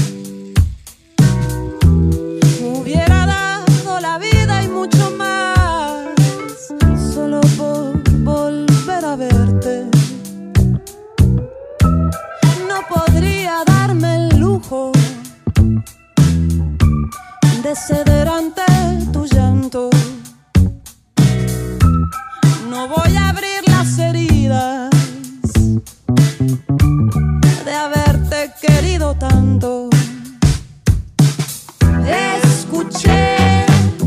Hubiera dado la vida y mucho más solo por volver a verte. No podría darme el lujo de ceder ante tu llanto. No voy a abrir las heridas de haberte querido tanto. Escuché,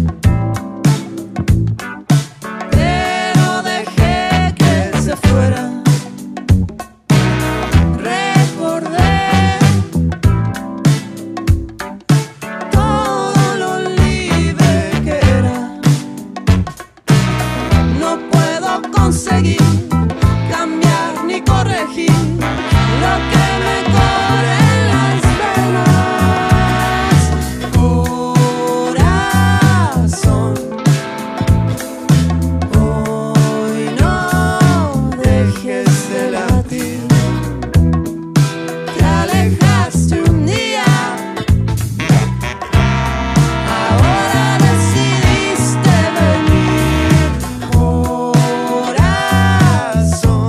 pero dejé que se fuera. Recordé todo lo libre que era. No puedo conseguir cambiar ni corregir lo que me corre en las venas. Corazón, hoy no dejes de latir. Te alejaste un día, ahora decidiste venir. Corazón,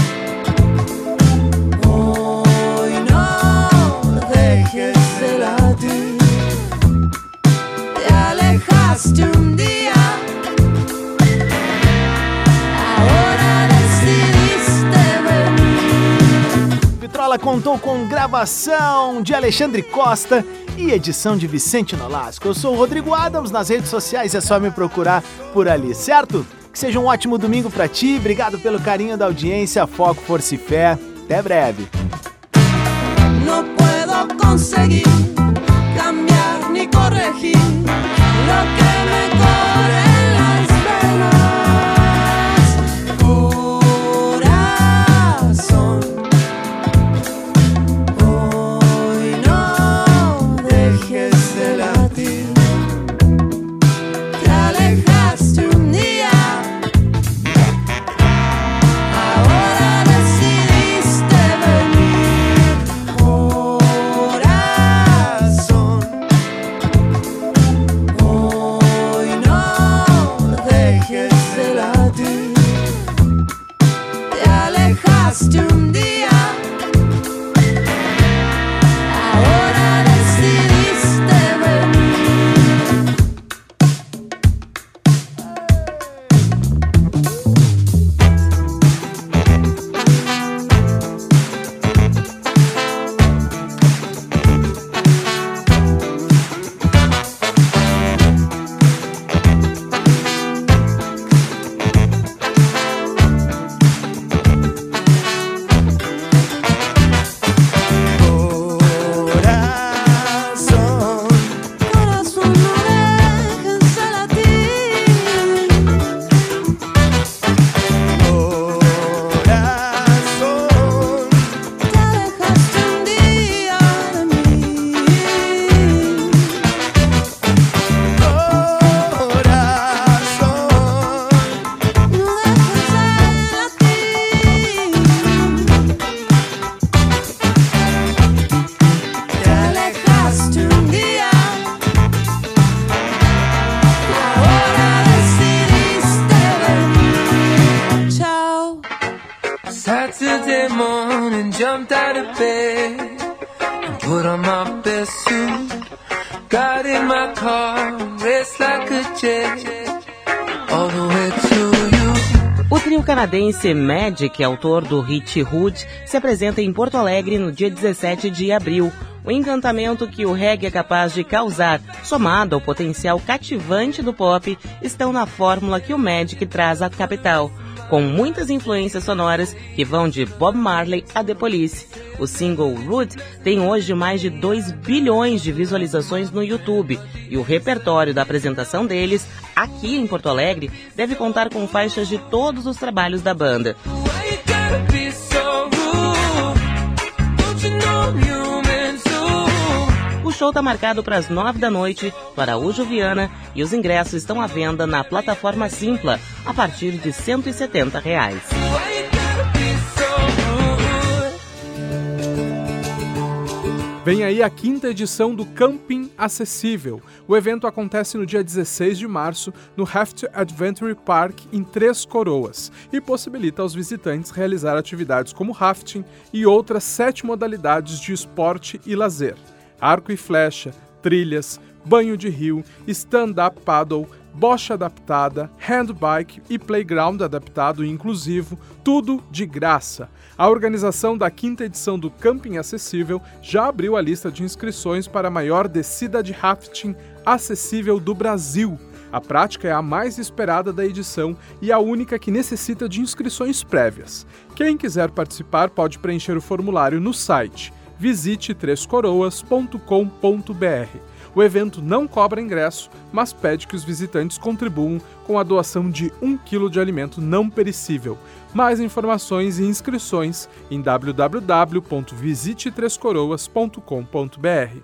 hoy no dejes de latir. Te alejaste un día, ahora decidiste venir. Vitrola contou com gravação de Alexandre Costa e edição de Vicente Nolasco. Eu sou o Rodrigo Adams, nas redes sociais é só me procurar por ali, certo? Que seja um ótimo domingo pra ti, obrigado pelo carinho da audiência, foco, força e fé, até breve. No puedo conseguir cambiar ni corregir lo que me corre en las venas. Corazón, hoy no dejes de latir. Te alejaste un día, ahora decidiste venir. Corazón, jumped out of bed and put on my best suit. Got in my car, raced like a jet all the way to you. O trio canadense Magic, autor do hit Hood, se apresenta em Porto Alegre no dia 17 de abril. O encantamento que o reggae é capaz de causar, somado ao potencial cativante do pop, estão na fórmula que o Magic traz à capital, com muitas influências sonoras que vão de Bob Marley a The Police. O single Rude tem hoje mais de 2 bilhões de visualizações no YouTube, e o repertório da apresentação deles, aqui em Porto Alegre, deve contar com faixas de todos os trabalhos da banda. O show está marcado para as 9 da noite no Araújo Viana e os ingressos estão à venda na plataforma Simpla a partir de R$ 170. Vem aí a 5ª edição do Camping Acessível. O evento acontece no dia 16 de março no Raft Adventure Park em Três Coroas e possibilita aos visitantes realizar atividades como rafting e outras 7 modalidades de esporte e lazer. Arco e flecha, trilhas, banho de rio, stand-up paddle, bocha adaptada, handbike e playground adaptado e inclusivo, tudo de graça. A organização da 5ª edição do Camping Acessível já abriu a lista de inscrições para a maior descida de rafting acessível do Brasil. A prática é a mais esperada da edição e a única que necessita de inscrições prévias. Quem quiser participar pode preencher o formulário no site. Visite trescoroas.com.br. O evento não cobra ingresso, mas pede que os visitantes contribuam com a doação de 1 quilo de alimento não perecível. Mais informações e inscrições em www.visitetrescoroas.com.br.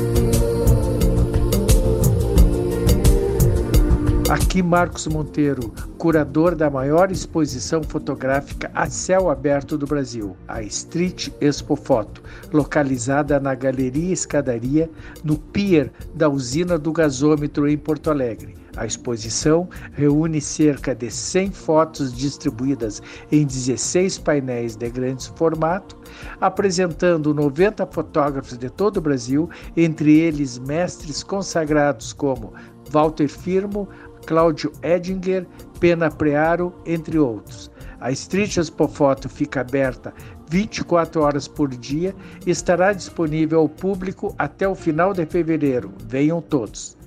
Aqui Marcos Monteiro, curador da maior exposição fotográfica a céu aberto do Brasil, a Street Expo Foto, localizada na Galeria Escadaria, no pier da usina do gasômetro em Porto Alegre. A exposição reúne cerca de 100 fotos distribuídas em 16 painéis de grande formato, apresentando 90 fotógrafos de todo o Brasil, entre eles mestres consagrados como Walter Firmo, Cláudio Edinger, Pena Prearo, entre outros. A Street Expo Foto fica aberta 24 horas por dia e estará disponível ao público até o final de fevereiro. Venham todos!